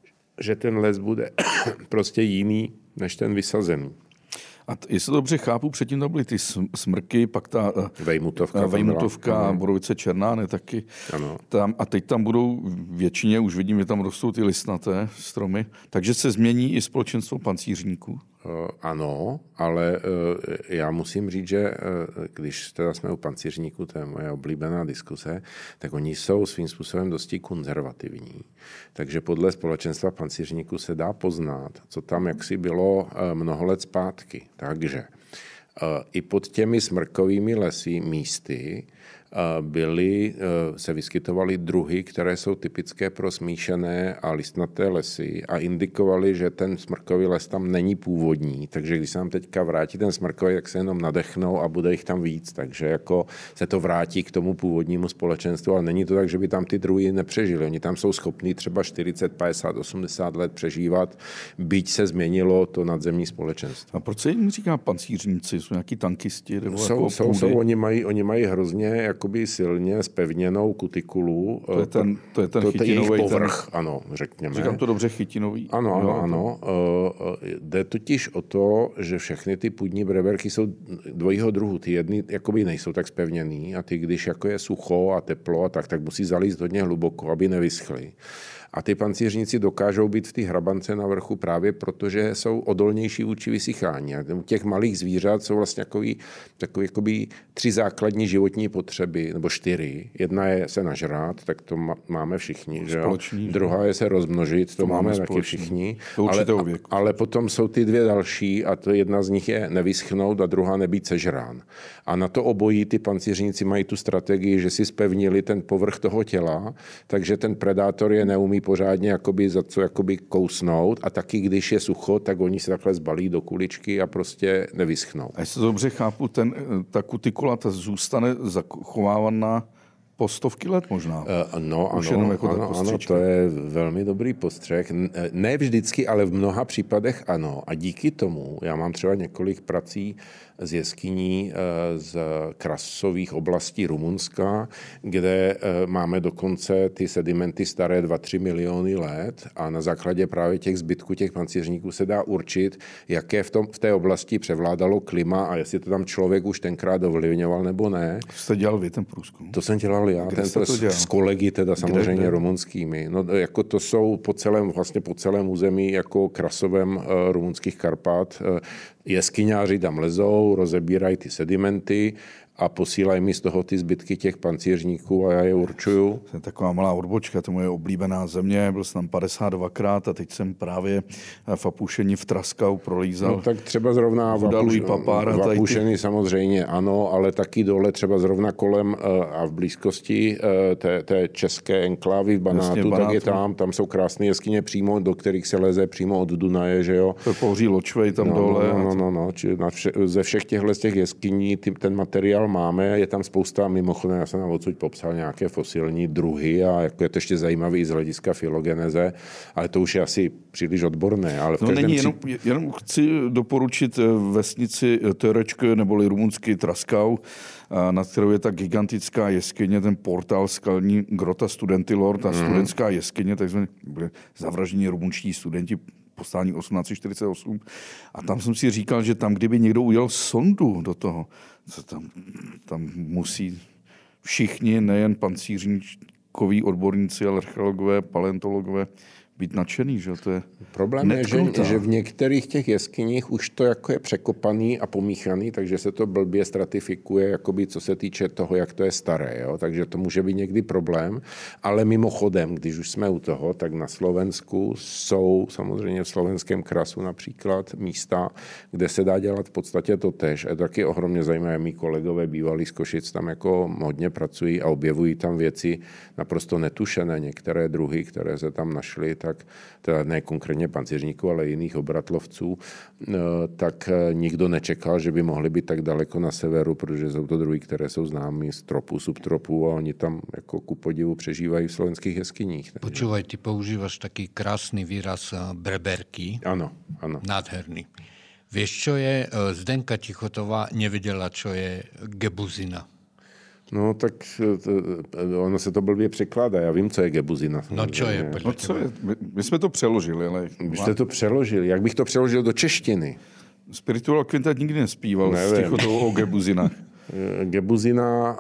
že ten les bude prostě jiný než ten vysazený. A t- jestli dobře chápu, předtím tam byly ty smrky, pak ta Vejmutovka, Vejmutovka Borovice Černáne taky. Ano. Tam, a teď tam budou většině, už vidím, že tam rostou ty listnaté stromy, takže se změní i společenstvo pancířníků. Ano, ale já musím říct, že když teda jsme u pancířníků, to je moje oblíbená diskuse, tak oni jsou svým způsobem dosti konzervativní. Takže podle společenstva pancířníků se dá poznat, co tam jaksi bylo mnoho let zpátky. Takže i pod těmi smrkovými lesy místy byly, se vyskytovaly druhy, které jsou typické pro smíšené a listnaté lesy a indikovaly, že ten smrkový les tam není původní, takže když se nám teďka vrátí ten smrkový, tak se jenom nadechnou a bude jich tam víc, takže jako se to vrátí k tomu původnímu společenstvu, ale není to tak, že by tam ty druhy nepřežili. Oni tam jsou schopní třeba čtyřicet, padesát, osmdesát let přežívat, byť se změnilo to nadzemní společenstvo. A proč se jim říká pancířníci? Jsou nějaký tankisti? Nebo jsou, jako jsou, jsou, oni mají, oni mají hrozně jakoby silně spevněnou kutikulu. To je ten, to je ten to, chytinový povrch, ten... ano, řekněme. Říkám to dobře, chytinový. Ano, ano, jo, ano. To... Jde totiž o to, že všechny ty půdní breberky jsou dvojího druhu. Ty jedny jakoby nejsou tak spevněný a ty, když jako je sucho a teplo a tak, tak musí zalízt hodně hluboko, aby nevyschly. A ty pancířníci dokážou být v té hrabance na vrchu právě protože jsou odolnější vůči vysychání. A u těch malých zvířat jsou vlastně takový, takový jakoby tři základní životní potřeby, nebo čtyři. Jedna je se nažrát, tak to máme všichni. Že jo? Druhá je se rozmnožit, to, to máme, máme taky všichni. Ale, ale potom jsou ty dvě další a to jedna z nich je nevyschnout a druhá nebýt sežrán. A na to obojí ty pancířníci mají tu strategii, že si spevnili ten povrch toho těla, takže ten predátor je neumí pořádně jakoby za co jakoby kousnout a taky, když je sucho, tak oni se takhle zbalí do kuličky a prostě nevyschnou. A jestli dobře chápu, ten, ta kutikula ta zůstane zachovávaná po stovky let možná. Uh, no, ano, jako ano, ano, to je velmi dobrý postřeh. Ne vždycky, ale v mnoha případech ano. A díky tomu, já mám třeba několik prací z jeskyní z krasových oblastí Rumunska, kde máme dokonce ty sedimenty staré dva tři miliony let a na základě právě těch zbytků těch pancířníků se dá určit, jaké v, tom, v té oblasti převládalo klima a jestli to tam člověk už tenkrát ovlivňoval nebo ne. To jste dělal vy ten průzkum? To jsem dělal já, ten, to to s kolegy teda samozřejmě kde, kde? rumunskými. No, jako to jsou po celém, vlastně po celém území jako krasovém uh, rumunských Karpat. Uh, jeskyňáři tam lezou, rozebírají ty sedimenty a posílají mi z toho ty zbytky těch pancířníků a já je určuju. Jsem taková malá odbočka, to moje oblíbená země, byl jsem tam padesát dvakrát a teď jsem právě v Apušeni v Traskau prolízal. No tak třeba zrovna v, Apuš, papára, v Apušeni ty... samozřejmě ano, ale taky dole třeba zrovna kolem a v blízkosti té, té české enklávy v Banátu, Jasně, Banátu, tak je tam, tam jsou krásné jeskyně přímo, do kterých se leze přímo od Dunaje, že jo. To pohoří Ločvej tam no, dole. No, no, no, no. Či na vše, ze všech těchto těch jeskyní ty, ten materiál máme, je tam spousta, mimochodem, já jsem nám odsud popsal nějaké fosilní druhy a jako je to ještě zajímavý z hlediska filogeneze, ale to už je asi příliš odborné. Ale v no každém není, pří... jenom, jenom chci doporučit vesnici Terečke neboli rumunský Traskau, nad kterou je ta gigantická jeskyně, ten portál skalní Grota Studentilor, ta mm. studentská jeskyně, takzvaně byli zavražděni rumunští studenti povstání osmnáct set čtyřicet osm. A tam jsem si říkal, že tam, kdyby někdo udělal sondu do toho, co tam, tam musí všichni, nejen pancířníkoví odborníci, ale archeologové, paleontologové, být nadšený, že to je problém je, že, že v některých těch jeskyních už to jako je překopaný a pomíchaný, takže se to blbě stratifikuje, jakoby, co se týče toho, jak to je staré. Jo? Takže to může být někdy problém. Ale mimochodem, když už jsme u toho, tak na Slovensku jsou samozřejmě v slovenském krasu například místa, kde se dá dělat v podstatě to též. A taky ohromně zajímavé, mý kolegové bývalí z Košic tam jako hodně pracují a objevují tam věci naprosto netušené. Některé druhy, které se tam našly, tak teda ne konkrétně pancířníků, ale jiných obratlovců, tak nikdo nečekal, že by mohli být tak daleko na severu, protože jsou to druhy, které jsou známí z tropu, subtropu a oni tam jako ku podivu přežívají v slovenských jeskyních. Počúvaj, ty používaš taký krásny výraz breberky. Ano, ano. Nádherný. Vieš, čo je? Zdenka Tichotová nevedela, čo je gebuzina. No tak to, ono se to blbě překládá. Já vím, co je gebuzina. No čo je? No, co je? My, my jsme to přeložili, ale... Vy jste to přeložili. Jak bych to přeložil do češtiny? Spiritual Quintet nikdy nespíval s Tichotovou o gebuzinách. Gebuzina...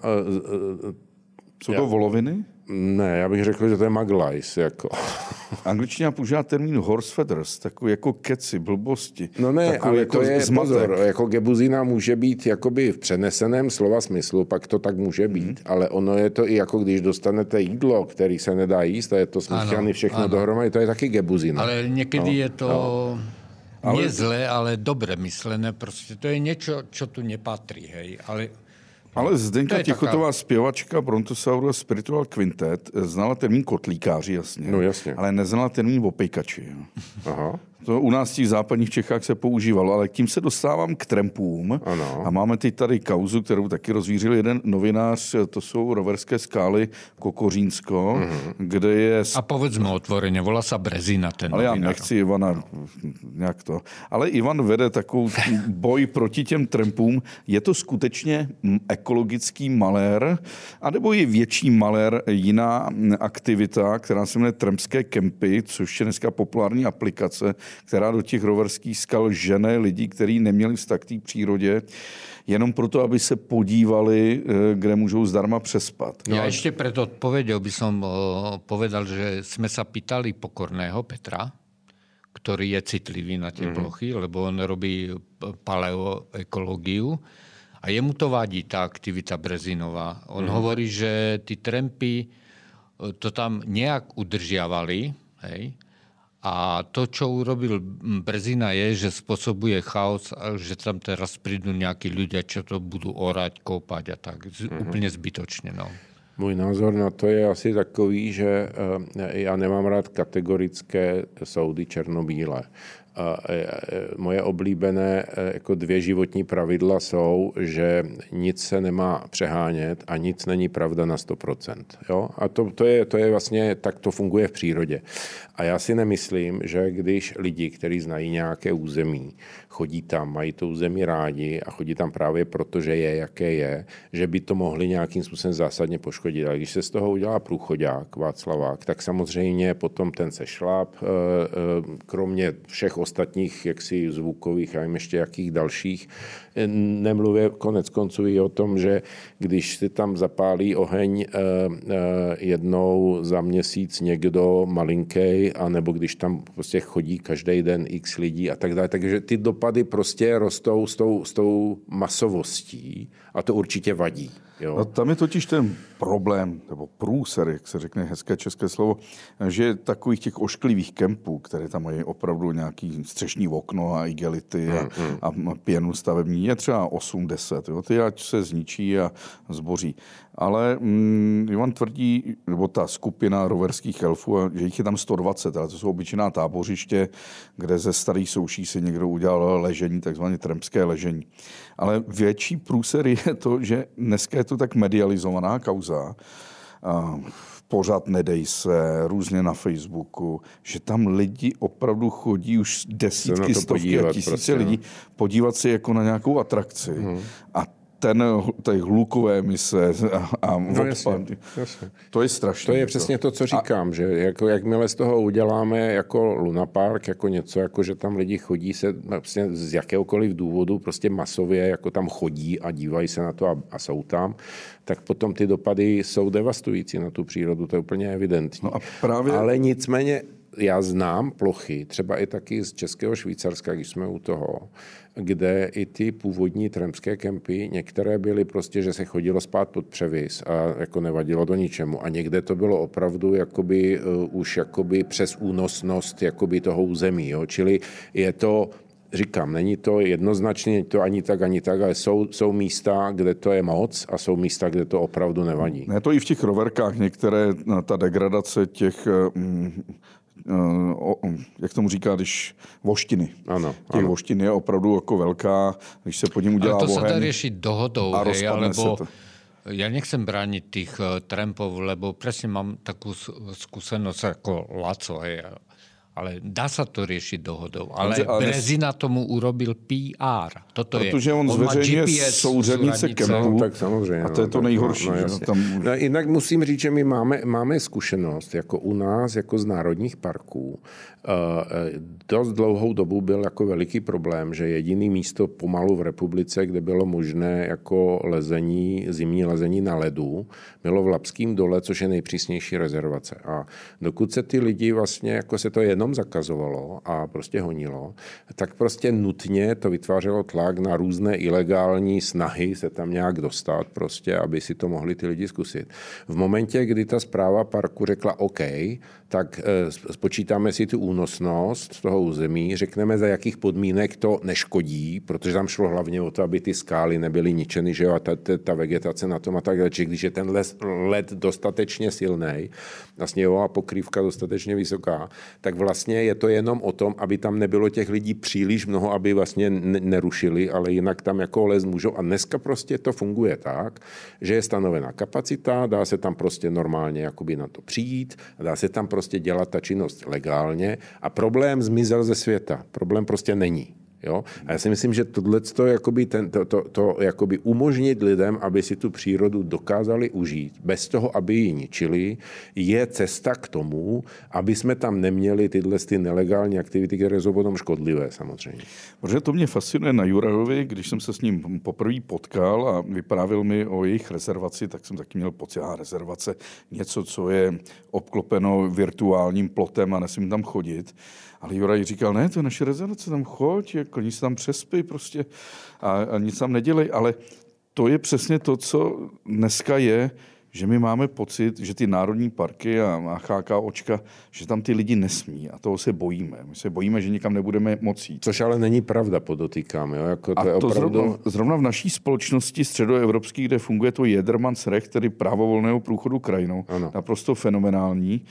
Jsou to já... voloviny? Ne, já bych řekl, že to je maglajs. Jako. Angličtina používá termín horse feathers, takový jako keci, blbosti. No ne, ale jako to je zmatek. Pozor, jako gebuzina může být jakoby v přeneseném slova smyslu, pak to tak může být, mm. ale ono je to i jako když dostanete jídlo, který se nedá jíst a je to smíchané všechno ano. dohromady, to je taky gebuzina. Ale někdy no, je to... No. Nie ale... zlé, ale dobre myslené. Prostě to je něco, čo tu nepatrí, hej. Ale... Ale Zdenka Tichotová, taká... zpěvačka Brontosaurus Spiritual Quintet, znala termín kotlíkáři, jasně. No jasně. Ale neznala termín opejkači. Aha. To u nás v těch západních Čechách se používalo, ale tím se dostávám k trampům. Ano. A máme teď tady kauzu, kterou taky rozvířil jeden novinář, to jsou roverské skály Kokořínsko, mm-hmm. kde je... A povedzme otvoreně, volá se Brezina ten Ale novinář. já nechci Ivana nějak to. Ale Ivan vede takovou boj proti těm trampům. Je to skutečně ekologický malér, anebo je větší malér jiná aktivita, která se jmenuje trampské kempy, což je dneska populární aplikace, která do těch roverských skal žene lidi, kteří neměli vztah k té přírodě, jenom proto, aby se podívali, kde můžou zdarma přespat. No. Ja ešte pred odpovedou by som povedal, že sme sa pýtali Pokorného Petra, ktorý je citlivý na tie mm-hmm. plochy, lebo on robí paleoekológiu a jemu to vadí, tá aktivita brezinová. On mm-hmm. hovorí, že tí trampy to tam nejak udržiavali, hej, a to, čo urobil Brezina, je, že spôsobuje chaos, že tam teraz prídu nejakí ľudia, čo to budú orať, koupať a tak. Mm-hmm. Úplne zbytočne, no. Můj názor na to je asi takový, že já nemám rád kategorické soudy černobílé. Moje oblíbené jako dvě životní pravidla jsou, že nic se nemá přehánět a nic není pravda na sto procent. Jo? A to, to, je, to je vlastně, tak to funguje v přírodě. A já si nemyslím, že když lidi, kteří znají nějaké území, chodí tam, mají to území rádi a chodí tam právě proto, že je, jaké je, že by to mohli nějakým způsobem zásadně poškodit. Ale když se z toho udělá průchodák, Václavák, tak samozřejmě potom ten sešlap, kromě všech ostatních jaksi zvukových a ještě jakých dalších, nemluvě konec konců i o tom, že když si tam zapálí oheň jednou za měsíc někdo malinký, anebo když tam prostě chodí každý den x lidí a tak dále. Takže ty dopady prostě rostou s tou, s tou masovostí a to určitě vadí. Jo. No, tam je totiž ten problém, nebo průser, jak se řekne hezké české slovo, že takových těch ošklivých kempů, které tam mají opravdu nějaký střešní okno a igelity a, mm, mm. a pěnu stavební, je třeba osm deset. Jo. Ty ať se zničí a zboří. Ale mm, Ivan tvrdí, nebo ta skupina roverských elfů, že jich je tam sto dvacet, ale to jsou obyčejná tábořiště, kde ze starých souší si někdo udělal ležení, takzvané trampské ležení. Ale větší průser je to, že dneska je to tak medializovaná kauza, pořád nedej se, různě na Facebooku, že tam lidi opravdu chodí už desítky, stovky a tisíce prostě, lidí podívat si jako na nějakou atrakci. Hmm. A ten, ty hlukové emise a, a no, jasně, jasně. To je strašné. To je přesně to, co říkám, a... že jako, jakmile z toho uděláme jako Luna Park, jako něco, jako že tam lidi chodí se vlastně z jakéhokoliv důvodu prostě masově jako tam chodí a dívají se na to a, a jsou tam, tak potom ty dopady jsou devastující na tu přírodu, to je úplně evidentní. No a právě... Ale nicméně já znám plochy, třeba i taky z Českého Švýcarska, když jsme u toho, kde i ty původní trampské kempy, některé byly prostě, že se chodilo spát pod převis a jako nevadilo do ničemu. A někde to bylo opravdu jakoby, uh, už jakoby přes únosnost jakoby toho území. Jo? Čili je to, říkám, není to jednoznačně, není to ani tak, ani tak, ale jsou, jsou místa, kde to je moc a jsou místa, kde to opravdu nevadí. Ne, to i v těch roverkách některé, ta degradace těch... Mm, O, jak tomu říká, když voštiny. Ano, Těch ano. voštin je opravdu jako velká, když se pod ním udělá oheň. Ale to oheň, sa dá riešiť dohodou, hej, alebo to. Ja nechcem brániť tých uh, trampov, lebo presne mám takú skúsenosť ako Laco, hej, ale dá sa to riešiť dohodou. Ale, ale Brezina tomu urobil P R. Toto Protože je. on, on zveřejňuje souřadnice kempů. No, tak samozřejmě. A to je to nejhorší. No, no, že? Tam... no, jinak musím říct, že my máme, máme zkušenost, jako u nás, jako z národních parků. Uh, dost dlouhou dobu byl jako veliký problém, že jediný místo pomalu v republice, kde bylo možné jako lezení, zimní lezení na ledu, bylo v Labském dole, což je nejpřísnější rezervace. A dokud se ty lidi vlastně, jako se to jenom zakazovalo a prostě honilo, tak prostě nutně to vytvářelo tlak na různé ilegální snahy se tam nějak dostat prostě, aby si to mohli ty lidi zkusit. V momentě, kdy ta správa parku řekla OK, tak e, spočítáme si tu únosnost toho území, řekneme, za jakých podmínek to neškodí, protože tam šlo hlavně o to, aby ty skály nebyly ničeny, že jo, a ta, ta, ta vegetace na tom a tak dále. Když je ten les, led dostatečně silný, vlastně jo, a pokrývka dostatečně vysoká, tak vlastně je to jenom o tom, aby tam nebylo těch lidí příliš mnoho, aby vlastně nerušili, ale jinak tam jako les můžou. A dneska prostě to funguje tak, že je stanovená kapacita, dá se tam prostě normálně jakoby na to přijít, dá se tam prostě dělat ta činnost legálně a problém zmizel ze světa. Problém prostě není. Jo? A já si myslím, že tohleto jakoby ten, to, to, to jakoby umožnit lidem, aby si tu přírodu dokázali užít, bez toho, aby ji ničili, je cesta k tomu, aby jsme tam neměli tyhle ty nelegální aktivity, které jsou potom škodlivé samozřejmě. Protože to mě fascinuje na Jurajovi, když jsem se s ním poprvé potkal a vyprávěl mi o jejich rezervaci, tak jsem taky měl pocit, že rezervace něco, co je obklopeno virtuálním plotem a nesmím tam chodit. Ale Juraj říkal, ne, to je naše rezervace, tam choď, jako nic tam přespí prostě a, a nic tam nedělej. Ale to je přesně to, co dneska je, že my máme pocit, že ty národní parky a, a chákáočka, že tam ty lidi nesmí a toho se bojíme. My se bojíme, že nikam nebudeme moci jít. Což ale není pravda, podotýkám. Jo? Jako to a je to opravdu... zrovna, zrovna v naší společnosti středoevropské, kde funguje to Jedermannsrecht, tedy právo volného průchodu krajinou, ano. Naprosto fenomenální.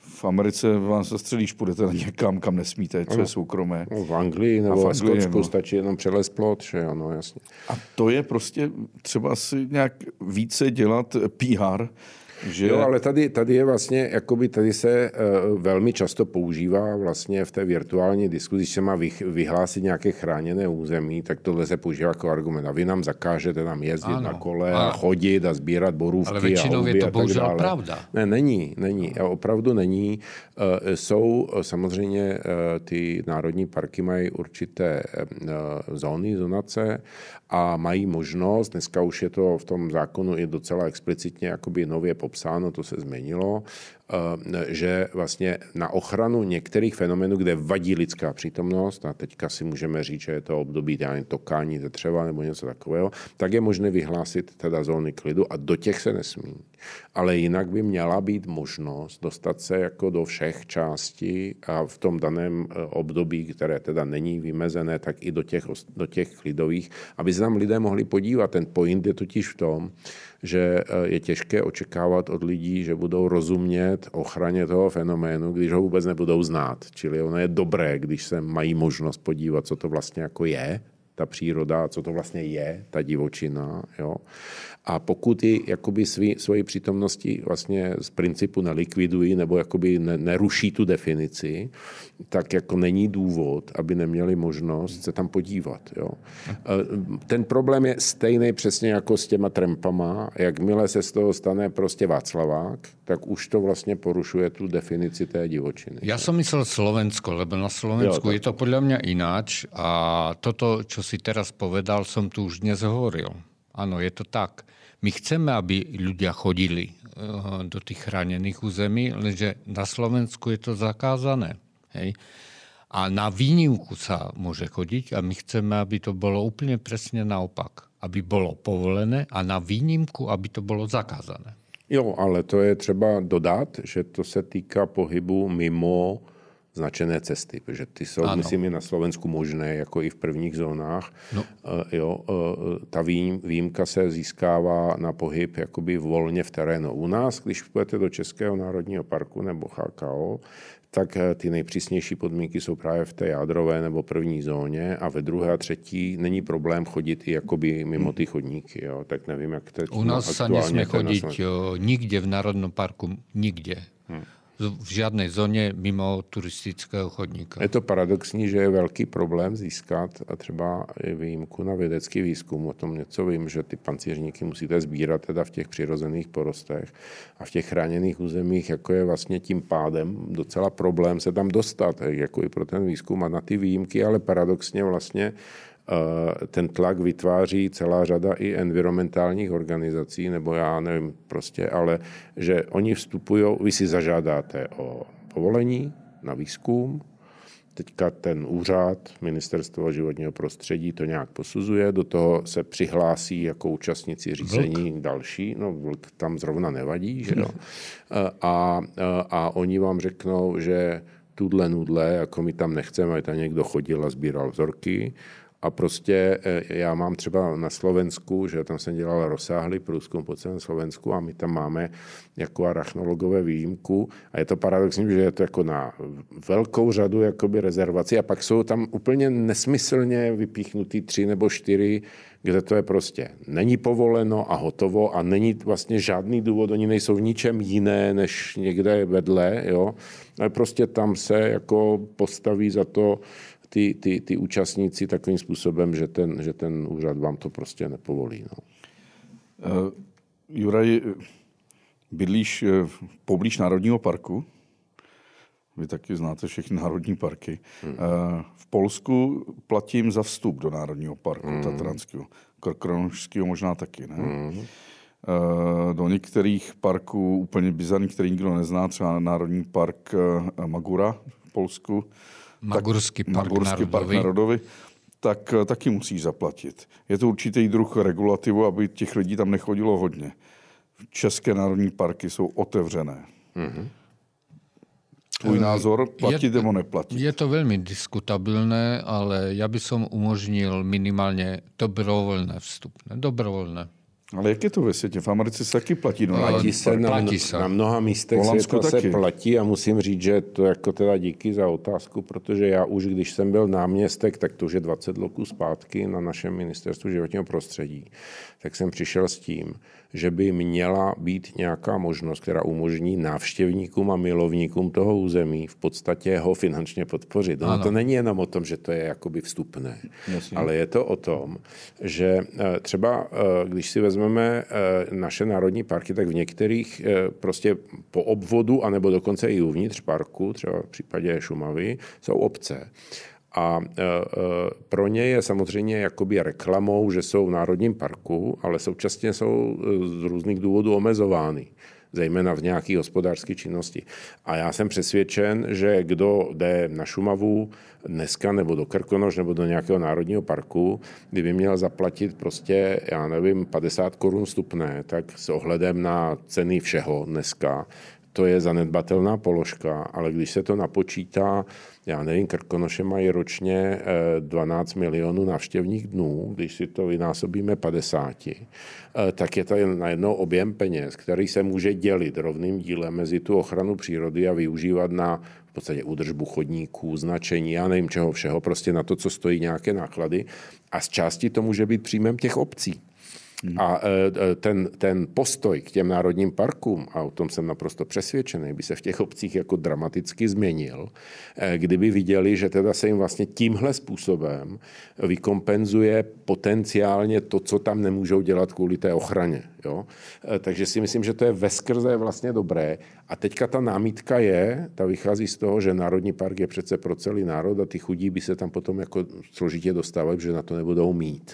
v Americe vám se střelíš, půjdete na někam, kam nesmíte, co ano. je soukromé. No, v Anglii nebo v Skotsku no. stačí jenom přelez plot, že ano, jasně. A to je prostě třeba si nějak více dělat P R, že... Jo, ale tady, tady je vlastně, jakoby tady se uh, velmi často používá vlastně v té virtuální diskuzi, když se má vych, vyhlásit nějaké chráněné území, tak tohle se používá jako argument. A vy nám zakážete tam jezdit ano, na kole a chodit a sbírat borůvky ale většinou a houby je to a tak bohužel dále. pravda. Ne, není, není. A opravdu není. Uh, jsou samozřejmě uh, ty národní parky mají určité uh, zóny, zonace a mají možnost, dneska už je to v tom zákonu i docela explicitně jakoby nově popsáno, to se změnilo, že vlastně na ochranu některých fenomenů, kde vadí lidská přítomnost, a teďka si můžeme říct, že je to období tokání tetřeva nebo něco takového, tak je možné vyhlásit teda zóny klidu a do těch se nesmí. Ale jinak by měla být možnost dostat se jako do všech částí a v tom daném období, které teda není vymezené, tak i do těch, do těch klidových, aby se tam lidé mohli podívat. Ten point je totiž v tom, že je těžké očekávat od lidí, že budou rozumět ochraně toho fenoménu, když ho vůbec nebudou znát. Čili ono je dobré, když se mají možnost podívat, co to vlastně jako je, ta příroda, co to vlastně je, ta divočina. Jo? A pokud ji jakoby svý, svoji přítomnosti vlastně z principu nelikvidují nebo jakoby ne, neruší tu definici, tak jako není důvod, aby neměli možnost se tam podívat. Jo? Ten problém je stejný přesně jako s těma trampama. Jakmile se z toho stane prostě Václavák, tak už to vlastně porušuje tu definici té divočiny. Ja som myslel Slovensko, lebo na Slovensku jo, je to podľa mňa ináč a toto, čo si teraz povedal, som tu už dnes hovoril. Áno, je to tak. My chceme, aby ľudia chodili do tých chránených území, lenže na Slovensku je to zakázané. Hej? A na výnimku sa môže chodiť a my chceme, aby to bolo úplne presne naopak. Aby bolo povolené a na výnimku, aby to bolo zakázané. Jo, ale to je třeba dodat, že to se týká pohybu mimo značené cesty, protože ty jsou, ano. myslím, i na Slovensku možné, jako i v prvních zónách. No. Uh, jo, uh, ta výjim, výjimka se získává na pohyb jakoby volně v terénu. U nás, když půjdete do Českého národního parku nebo H K O, tak ty nejpřísnější podmínky jsou právě v té jádrové nebo první zóně a ve druhé a třetí není problém chodit i jakoby mimo ty chodníky. Jo. Tak nevím, jak to u nás sa nesmie chodiť nikde v Národnom parku, nikde. Hmm. V žádné zóně mimo turistického chodníka. Je to paradoxní, že je velký problém získat a třeba výjimku na vědecký výzkum. O tom něco vím, že ty pancířníky musíte sbírat teda v těch přirozených porostech a v těch chráněných územích, jako je vlastně tím pádem docela problém se tam dostat, jako i pro ten výzkum a na ty výjimky, ale paradoxně vlastně ten tlak vytváří celá řada i environmentálních organizací, nebo já nevím prostě, ale že oni vstupují, vy si zažádáte o povolení na výzkum, teďka ten úřad, Ministerstvo životního prostředí to nějak posuzuje, do toho se přihlásí jako účastníci řízení vlk. další, no vlk tam zrovna nevadí, že jo. A, a, a oni vám řeknou, že tudle nudle, jako my tam nechceme, aby tam někdo chodil a sbíral vzorky. A prostě já mám třeba na Slovensku, že tam jsem dělal rozsáhlý průzkum po celém Slovensku a my tam máme jako arachnologové výjimku a je to paradoxní, že je to jako na velkou řadu jakoby rezervací a pak jsou tam úplně nesmyslně vypíchnutý tři nebo čtyři, kde to je prostě není povoleno a hotovo a není vlastně žádný důvod, oni nejsou v ničem jiné než někde vedle, jo. Ale prostě tam se jako postaví za to Ty, ty, ty účastníci takovým způsobem, že ten, že ten úřad vám to prostě nepovolí. No. Uh, Juraj, bydlíš uh, poblíž Národního parku? Vy taky znáte všechny národní parky. Hmm. Uh, v Polsku platím za vstup do Národního parku, hmm. Tatranského. Krkonošského možná taky, ne? Hmm. Uh, do některých parků úplně bizarní, který nikdo nezná, třeba Národní park uh, Magura v Polsku, Magurský park, Magurský park národový, tak taky musí zaplatit. Je to určitý druh regulativu, aby těch lidí tam nechodilo hodně. České národní parky jsou otevřené. Mm-hmm. Tvůj názor, platit nebo neplatit? Je to veľmi diskutabilné, ale ja by som umožnil minimálne dobrovoľné vstupné. Dobrovoľné. Ale jak je to ve světě? V Americe se taky platí. No, platí se na, platí se. na mnoha místech světa se platí a musím říct, že to jako teda díky za otázku, protože já už, když jsem byl náměstek, tak to už je dvacet roků zpátky na našem ministerstvu životního prostředí, tak jsem přišel s tím, že by měla být nějaká možnost, která umožní návštěvníkům a milovníkům toho území v podstatě ho finančně podpořit. No, to není jenom o tom, že to je jakoby vstupné, Jasně. ale je to o tom, že třeba, když si vezmeme naše národní parky, tak v některých prostě po obvodu, anebo dokonce i uvnitř parku, třeba v případě Šumavy, jsou obce. A e, e, pro ně je samozřejmě jakoby reklamou, že jsou v národním parku, ale současně jsou z různých důvodů omezovány, zejména v nějaké hospodářské činnosti. A já jsem přesvědčen, že kdo jde na Šumavu dneska nebo do Krkonoš nebo do nějakého národního parku, kdyby měl zaplatit prostě, já nevím, padesát korun vstupné, tak s ohledem na ceny všeho dneska, to je zanedbatelná položka, ale když se to napočítá, já nevím, Krkonoše mají ročně dvanáct milionů návštěvních dnů, když si to vynásobíme padesáti, tak je to najednou objem peněz, který se může dělit rovným dílem mezi tu ochranu přírody a využívat na v podstatě údržbu chodníků, značení, já nevím čeho všeho, prostě na to, co stojí nějaké náklady. A z části to může být příjmem těch obcí. A ten, ten postoj k těm národním parkům, a o tom jsem naprosto přesvědčený, by se v těch obcích jako dramaticky změnil, kdyby viděli, že teda se jim vlastně tímhle způsobem vykompenzuje potenciálně to, co tam nemůžou dělat kvůli té ochraně. Jo? Takže si myslím, že to je veskrze vlastně dobré. A teďka ta námitka je, ta vychází z toho, že národní park je přece pro celý národ a ty chudí by se tam potom jako složitě dostávají, že na to nebudou mít.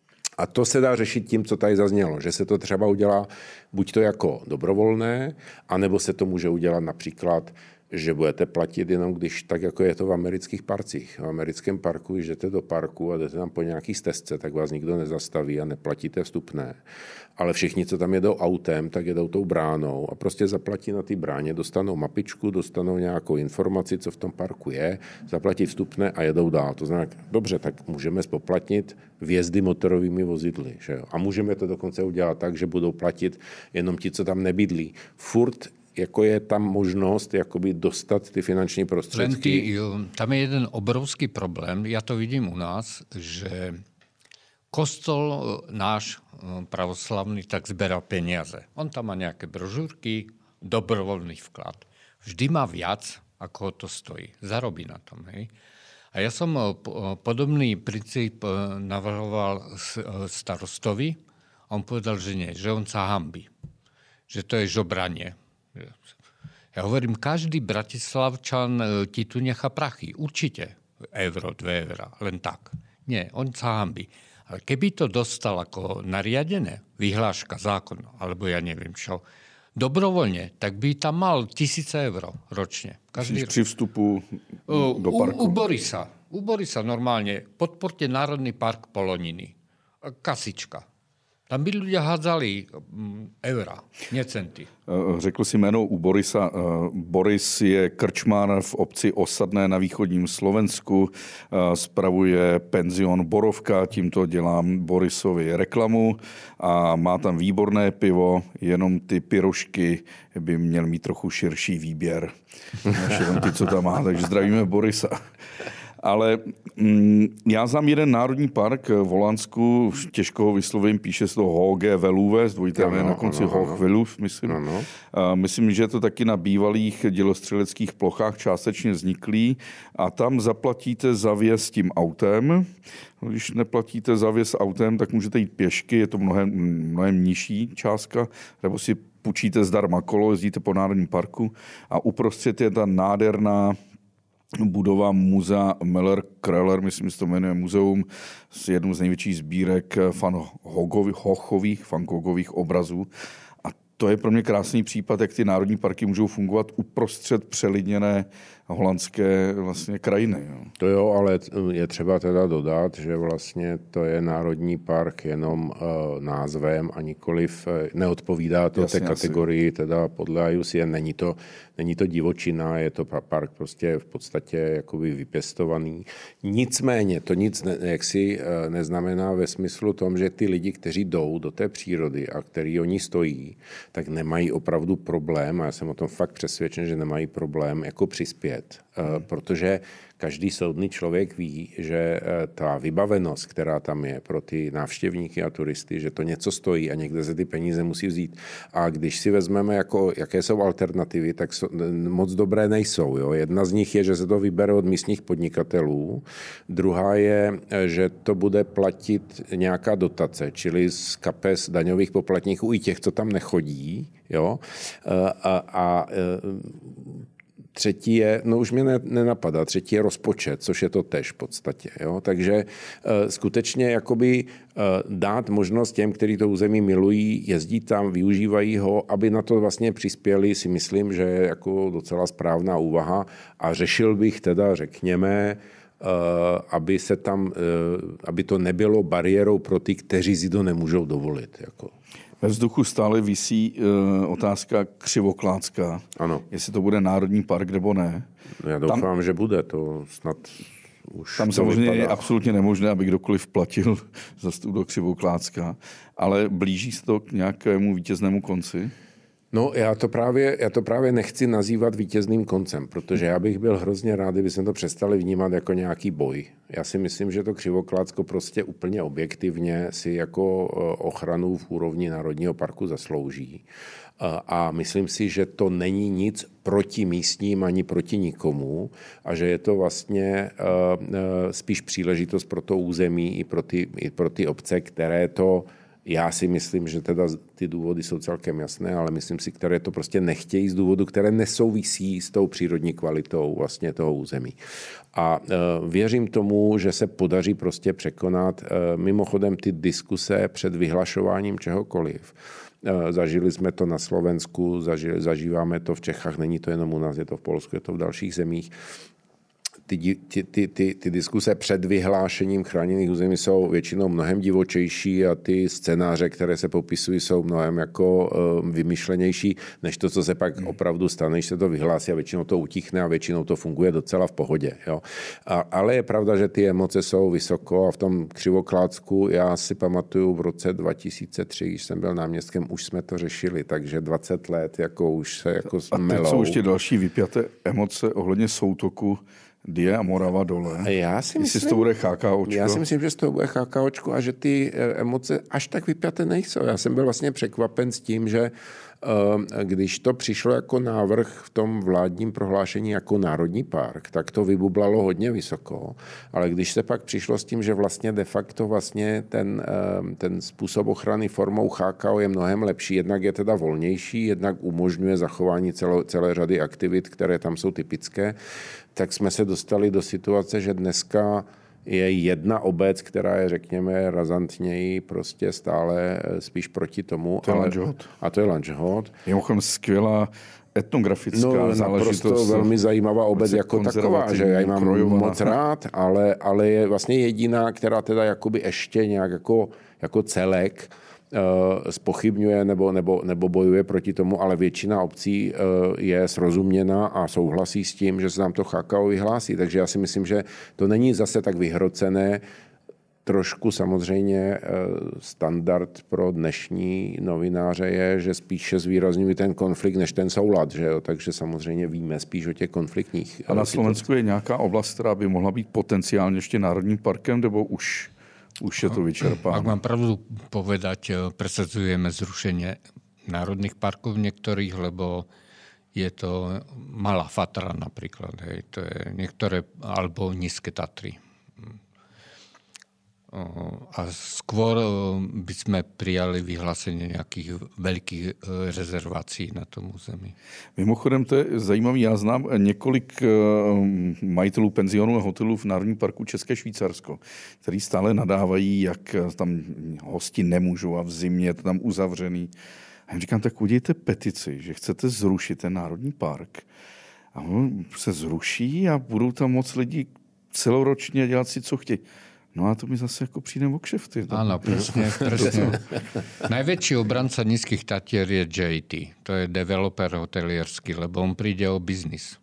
A to se dá řešit tím, co tady zaznělo, že se to třeba udělá buď to jako dobrovolné, anebo se to může udělat například, že budete platit jenom když, tak jako je to v amerických parcích. V americkém parku, když jdete do parku a jdete tam po nějaký stezce, tak vás nikdo nezastaví a neplatíte vstupné. Ale všichni, co tam jedou autem, tak jedou tou bránou a prostě zaplatí na té bráně, dostanou mapičku, dostanou nějakou informaci, co v tom parku je, zaplatí vstupné a jedou dál. To znamená, dobře, tak můžeme spoplatnit vjezdy motorovými vozidly. Že jo? A můžeme to dokonce udělat tak, že budou platit jenom ti, co tam nebydlí. Furt jako je tam možnost jakoby dostat ty finanční prostředky. Tam je jeden obrovský problém, já to vidím u nás, že kostol náš pravoslavný tak zberá peniaze. On tam má nějaké brožúrky, dobrovoľný vklad. Vždy má viac, ako ho to stojí. Zarobí na tom. Hej? A ja som podobný princíp navrhoval starostovi. On povedal, že nie, že on sa hanbí. Že to je žobranie. Ja hovorím, každý Bratislavčan ti tu nechá prachy. Určite. Euro, dve eura. Len tak. Nie, on sa hanbí. Ale keby to dostal ako nariadené, vyhláška, zákon, alebo ja neviem čo, dobrovoľne, tak by tam mal tisíce eur ročne. Každý Při vstupu do parku. U, u Borisa. U Borisa normálne. Podporte Národný park Poloniny. Kasička. Tam by ľudia hádzali eura, nie centy. Řekl si jméno u Borisa. Boris je krčmár v obci Osadné na východním Slovensku. Spravuje penzion Borovka, tímto dělám Borisovi reklamu a má tam výborné pivo, jenom ty pirošky by měl mít trochu širší výběr, než jenom ty, co tam má. Takže zdravíme Borisa. Ale mm, já znám jeden národní park v Holandsku, těžko ho vyslovím, píše se to Hoge Veluwe, zdvojité na konci Hoch Veluw, myslím. Ano. A myslím, že je to taky na bývalých dělostřeleckých plochách částečně vzniklý a tam zaplatíte za vjezd tím autem. Když neplatíte za vjezd autem, tak můžete jít pěšky, je to mnohem, mnohem nižší částka, nebo si půjčíte zdarma kolo, jezdíte po národním parku a uprostřed je ta nádherná budova muzea Meller Kreller, myslím, že se to jmenuje muzeum, s jednou z největších sbírek Van Goghových, Van Goghových obrazů. A to je pro mě krásný případ, jak ty národní parky můžou fungovat uprostřed přelidněné holandské vlastně krajiny. Jo. To jo, ale je třeba teda dodat, že vlastně to je národní park jenom uh, názvem a nikoliv uh, neodpovídá to jasně, té kategorii, teda podle I U C N není to, není to divočina, je to park prostě v podstatě jakoby vypěstovaný. Nicméně to nic ne, jaksi uh, neznamená ve smyslu tom, že ty lidi, kteří jdou do té přírody a který oni stojí, tak nemají opravdu problém, a já jsem o tom fakt přesvědčen, že nemají problém jako přispět, hmm. protože každý soudný člověk ví, že ta vybavenost, která tam je pro ty návštěvníky a turisty, že to něco stojí a někde se ty peníze musí vzít. A když si vezmeme, jako, jaké jsou alternativy, tak moc dobré nejsou. Jo? Jedna z nich je, že se to vybere od místních podnikatelů. Druhá je, že to bude platit nějaká dotace, čili z kapes daňových poplatníků i těch, co tam nechodí. Jo? A, a, a třetí je, no už mě nenapadá, třetí je rozpočet, což je to též v podstatě. Jo? Takže uh, skutečně jakoby uh, dát možnost těm, kteří to území milují, jezdí tam, využívají ho, aby na to vlastně přispěli, si myslím, že je jako docela správná úvaha a řešil bych teda, řekněme, uh, aby se tam, uh, aby to nebylo bariérou pro ty, kteří si to nemůžou dovolit. Jako. Ve vzduchu stále visí e, otázka Křivoklácka. Ano. Jestli to bude národní park nebo ne. Já doufám, tam, že bude. To snad už tam samozřejmě vypadá. Je absolutně nemožné, aby kdokoliv platil za vstup do Křivoklácka. Ale blíží se to k nějakému vítěznému konci? No, já to, právě, já to právě nechci nazývat vítězným koncem, protože já bych byl hrozně rád, kdyby jsme to přestali vnímat jako nějaký boj. Já si myslím, že to Křivoklácko prostě úplně objektivně si jako ochranu v úrovni Národního parku zaslouží. A myslím si, že to není nic proti místním ani proti nikomu a že je to vlastně spíš příležitost pro to území i pro ty, i pro ty obce, které to já si myslím, že teda ty důvody jsou celkem jasné, ale myslím si, které to prostě nechtějí z důvodu, které nesouvisí s tou přírodní kvalitou vlastně toho území. A e, věřím tomu, že se podaří prostě překonat e, mimochodem ty diskuse před vyhlašováním čehokoliv. E, zažili jsme to na Slovensku, zažili, zažíváme to v Čechách, není to jenom u nás, je to v Polsku, je to v dalších zemích. Ty, ty, ty, ty, ty diskuse před vyhlášením chráněných území jsou většinou mnohem divočejší a ty scénáře, které se popisují, jsou mnohem jako uh, vymyšlenější, než to, co se pak hmm. opravdu stane, když se to vyhlásí a většinou to utichne a většinou to funguje docela v pohodě. Jo. A, ale je pravda, že ty emoce jsou vysoko a v tom Křivoklácku, já si pamatuju v roce dva tisíce tři, když jsem byl náměstkem, už jsme to řešili, takže dvacet let jako už se jako melou. A teď jsou ještě další vypjaté emoce ohledně soutoku Die a Morava dole. Já si myslím, jestli to bude chákáočko. Já si myslím, že to bude chákáočko a že ty emoce až tak vypjaté nejsou. Já jsem byl vlastně překvapen s tím, že když to přišlo jako návrh v tom vládním prohlášení jako národní park, tak to vybublalo hodně vysoko. Ale když se pak přišlo s tím, že vlastně de facto vlastně ten, ten způsob ochrany formou H K O je mnohem lepší, jednak je teda volnější, jednak umožňuje zachování celé, celé řady aktivit, které tam jsou typické, tak jsme se dostali do situace, že dneska je jedna obec, která je, řekněme, razantněji prostě stále spíš proti tomu. To je Lanžhot. A to je Lanžhot. Je mimochodem skvělá etnografická no, záležitost. Naprosto velmi zajímavá obec jako taková, že já ji mám krojovaná. Moc rád, ale, ale je vlastně jediná, která teda jakoby ještě nějak jako, jako celek zpochybňuje nebo, nebo, nebo bojuje proti tomu, ale většina obcí je srozuměna a souhlasí s tím, že se nám to H K O vyhlásí. Takže já si myslím, že to není zase tak vyhrocené. Trošku samozřejmě standard pro dnešní novináře je, že spíše zvýrazňují ten konflikt než ten soulad. Že jo? Takže samozřejmě víme spíš o těch konfliktních. A na Slovensku je nějaká oblast, která by mohla být potenciálně ještě národním parkem, nebo už Už je to vyčerpáno. Ak mám pravdu povedať, presadzujeme zrušenie národných parkov niektorých, lebo je to Malá Fatra napríklad. Hej. To je niektoré, alebo Nízke Tatry. A skôr by sme prijali vyhlásenie nejakých veľkých rezervací na tom území. Mimochodem, to je zajímavý. Já znám několik majitelů penzionů a hotelů v Národním parku České Švýcarsko, který stále nadávají, jak tam hosti nemůžou a v zimě je to tam uzavřený. A já říkám, tak udějte petici, že chcete zrušit ten Národní park A on se zruší a budou tam moc lidi celoročně dělat si, co chtějí. No a to mi zase jako přijde o kšefty. Áno, presne, presne. Najväčší obranca nízkych Tatier je J T. To je developer hotelierský, lebo on príde o biznis.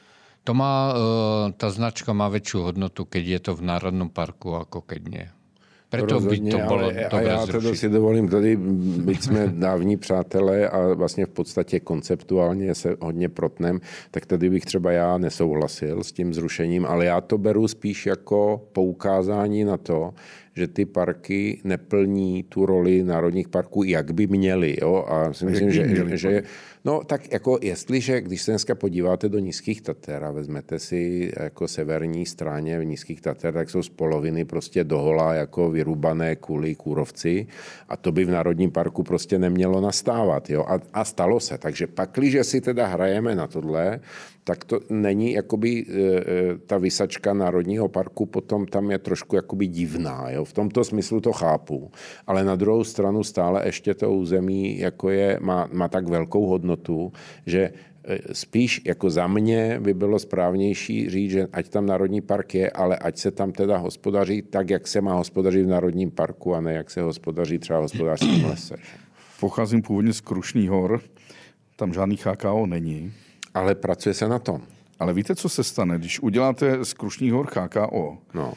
To má, tá značka má väčšiu hodnotu, keď je to v Národnom parku, ako keď nie. Preto by to bylo ale, dobré a já zrušit. teda si dovolím tady, byť jsme dávní přátelé a vlastně v podstatě konceptuálně se hodně protnem, tak tady bych třeba já nesouhlasil s tím zrušením, ale já to beru spíš jako poukázání na to, že ty parky neplní tu roli národních parků, jak by měly. Jo? A si myslím, že, měli, že no tak jako jestliže, když se dneska podíváte do Nízkých Tater a vezmete si jako severní straně v Nízkých Tater, tak jsou z poloviny prostě dohola jako vyrubané kuly, kůrovci a to by v národním parku prostě nemělo nastávat. Jo? A, a stalo se. Takže pakliže si teda hrajeme na tohle, tak to není jakoby e, ta vysačka národního parku, potom tam je trošku jakoby divná. Jo? V tomto smyslu to chápu. Ale na druhou stranu stále ještě to území jako je, má, má tak velkou hodnotu, že spíš jako za mě by bylo správnější říct, že ať tam národní park je, ale ať se tam teda hospodaří tak, jak se má hospodařit v národním parku a ne jak se hospodaří třeba v hospodářském lese. Pocházím původně z Krušných hor, tam žádný H K O není. Ale pracuje se na tom. Ale víte, co se stane, když uděláte z Krušných hor H K O no.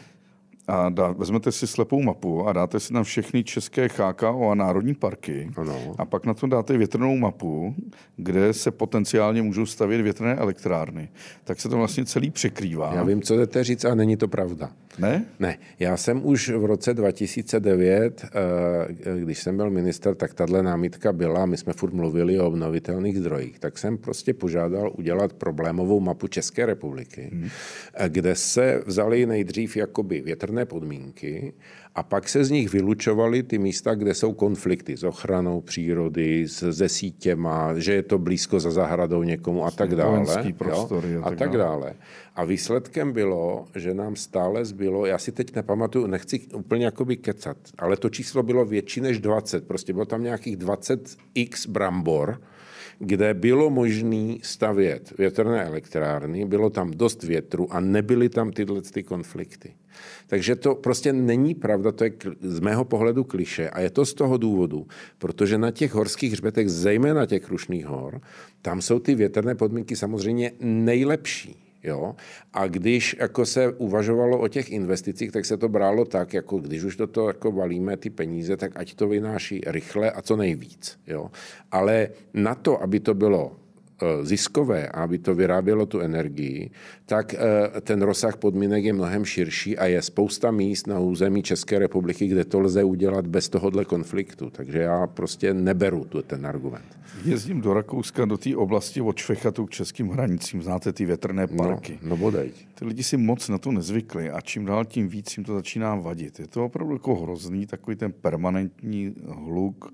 a dá, vezmete si slepou mapu a dáte si tam všechny české H K O a národní parky ano. a pak na to dáte větrnou mapu, kde se potenciálně můžou stavět větrné elektrárny, tak se to vlastně celý překrývá. Já vím, co jdete říct, a není to pravda. Ne? Ne. Já jsem už v roce dva tisíce devět, když jsem byl minister, tak tahle námitka byla, my jsme furt mluvili o obnovitelných zdrojích, tak jsem prostě požádal udělat problémovou mapu České republiky, hmm. kde se vzali nejdřív jakoby větrné podmínky a pak se z nich vylučovaly ty místa, kde jsou konflikty s ochranou přírody, se sítěma, že je to blízko za zahradou někomu a tak dále. Prostory a, a tak dále. A výsledkem bylo, že nám stále zbylo, já si teď nepamatuju, nechci úplně jakoby kecat, ale to číslo bylo větší než dvacet. Prostě bylo tam nějakých dvacet x brambor, kde bylo možné stavět větrné elektrárny, bylo tam dost větru a nebyly tam tyhle ty konflikty. Takže to prostě není pravda, to je z mého pohledu klišé a je to z toho důvodu, protože na těch horských hřbetech, zejména těch Krušných hor, tam jsou ty větrné podmínky samozřejmě nejlepší. Jo? A když jako se uvažovalo o těch investicích, tak se to brálo tak, jako když už do toho jako valíme ty peníze, tak ať to vynáší rychle a co nejvíc. Jo? Ale na to, aby to bylo ziskové a aby to vyrábělo tu energii, tak ten rozsah podmínek je mnohem širší a je spousta míst na území České republiky, kde to lze udělat bez tohohle konfliktu. Takže já prostě neberu tu, ten argument. Jezdím do Rakouska, do té oblasti od Švechatu k českým hranicím. Znáte ty větrné parky. No, no bodejť. Ty lidi si moc na to nezvykli a čím dál tím víc jim to začíná vadit. Je to opravdu jako hrozný, takový ten permanentní hluk,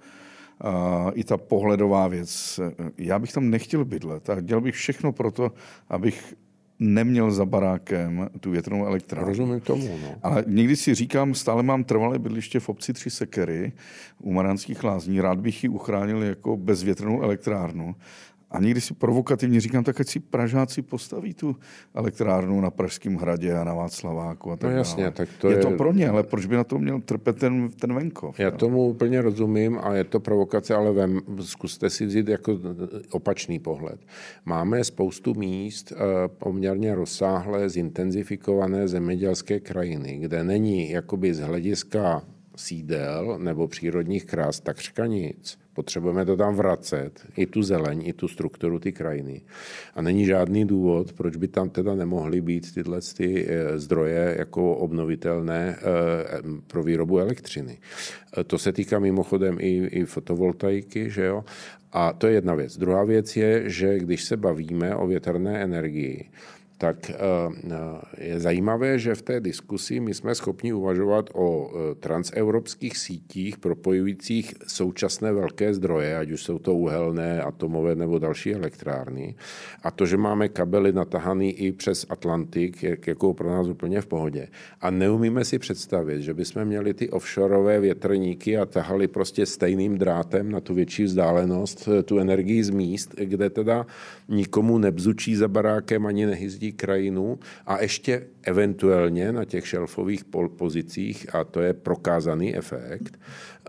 Uh, i ta pohledová věc. Já bych tam nechtěl bydlet a dělal bych všechno pro to, abych neměl za barákem tu větrnou elektrárnu. Rozumím tomu, no. Ale někdy si říkám, stále mám trvalé bydliště v obci Tři Sekery u Maranských Lázní, rád bych ji uchránil jako bezvětrnou elektrárnu. A někdy si provokativně říkám, tak ať si Pražáci postaví tu elektrárnu na Pražském hradě a na Václaváku a tak no jasně, dále. tak to je, je to pro ně, ale proč by na to měl trpět ten, ten venkov? Já jo? tomu úplně rozumím a je to provokace, ale vem, zkuste si vzít jako opačný pohled. Máme spoustu míst poměrně rozsáhlé, zintenzifikované zemědělské krajiny, kde není jakoby z hlediska sídel nebo přírodních krás takřka nic. Potřebujeme to tam vracet, i tu zeleň, i tu strukturu ty krajiny. A není žádný důvod, proč by tam teda nemohly být tyhle ty zdroje jako obnovitelné pro výrobu elektřiny. To se týká mimochodem i, i fotovoltaiky, že jo? A to je jedna věc. Druhá věc je, že když se bavíme o větrné energii, tak je zajímavé, že v té diskusi my jsme schopni uvažovat o transevropských sítích propojujících současné velké zdroje, ať už jsou to uhelné, atomové nebo další elektrárny. A to, že máme kabely natahaný i přes Atlantik, je jako pro nás úplně v pohodě. A neumíme si představit, že bychom měli ty offshoreové větrníky a tahali prostě stejným drátem na tu větší vzdálenost tu energii z míst, kde teda nikomu nebzučí za barákem ani nehyzdí krajinu a ještě eventuálně na těch šelfových pozicích, a to je prokázaný efekt,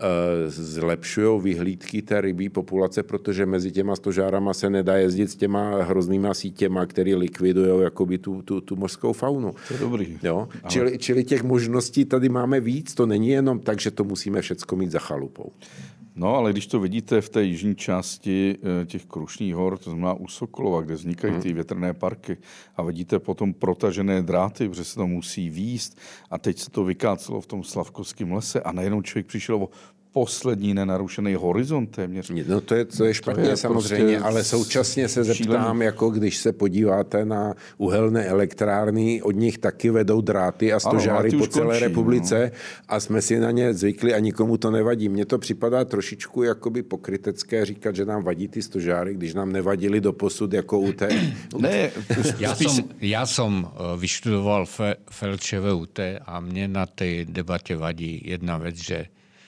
zlepšují vyhlídky té rybí populace, protože mezi těma stožárama se nedá jezdit s těma hroznýma sítěma, které likvidují jakoby tu, tu, tu mořskou faunu. To je dobrý. Jo? Čili, čili těch možností tady máme víc, to není jenom tak, že to musíme všecko mít za chalupou. No, ale když to vidíte v té jižní části těch Krušných hor, to znamená u Sokolova, kde vznikají ty větrné parky a vidíte potom protažené dráty, protože se to musí výst a teď se to vykácelo v tom Slavkovském lese a najednou člověk přišel o poslední nenarušený horizont téměř. No to je, to je špatně to je samozřejmě, prostě ale současně se zeptám, šílený. Jako když se podíváte na uhelné elektrárny, od nich taky vedou dráty a stožáry po celé končí, republice no. A jsme si na ně zvykli a nikomu to nevadí. Mně to připadá trošičku jakoby pokrytecké říkat, že nám vadí ty stožáry, když nám nevadili doposud jako u té... Ne, já, som, já som vyštudoval Felčeve ú té a mne na tej debate vadí jedna vec, že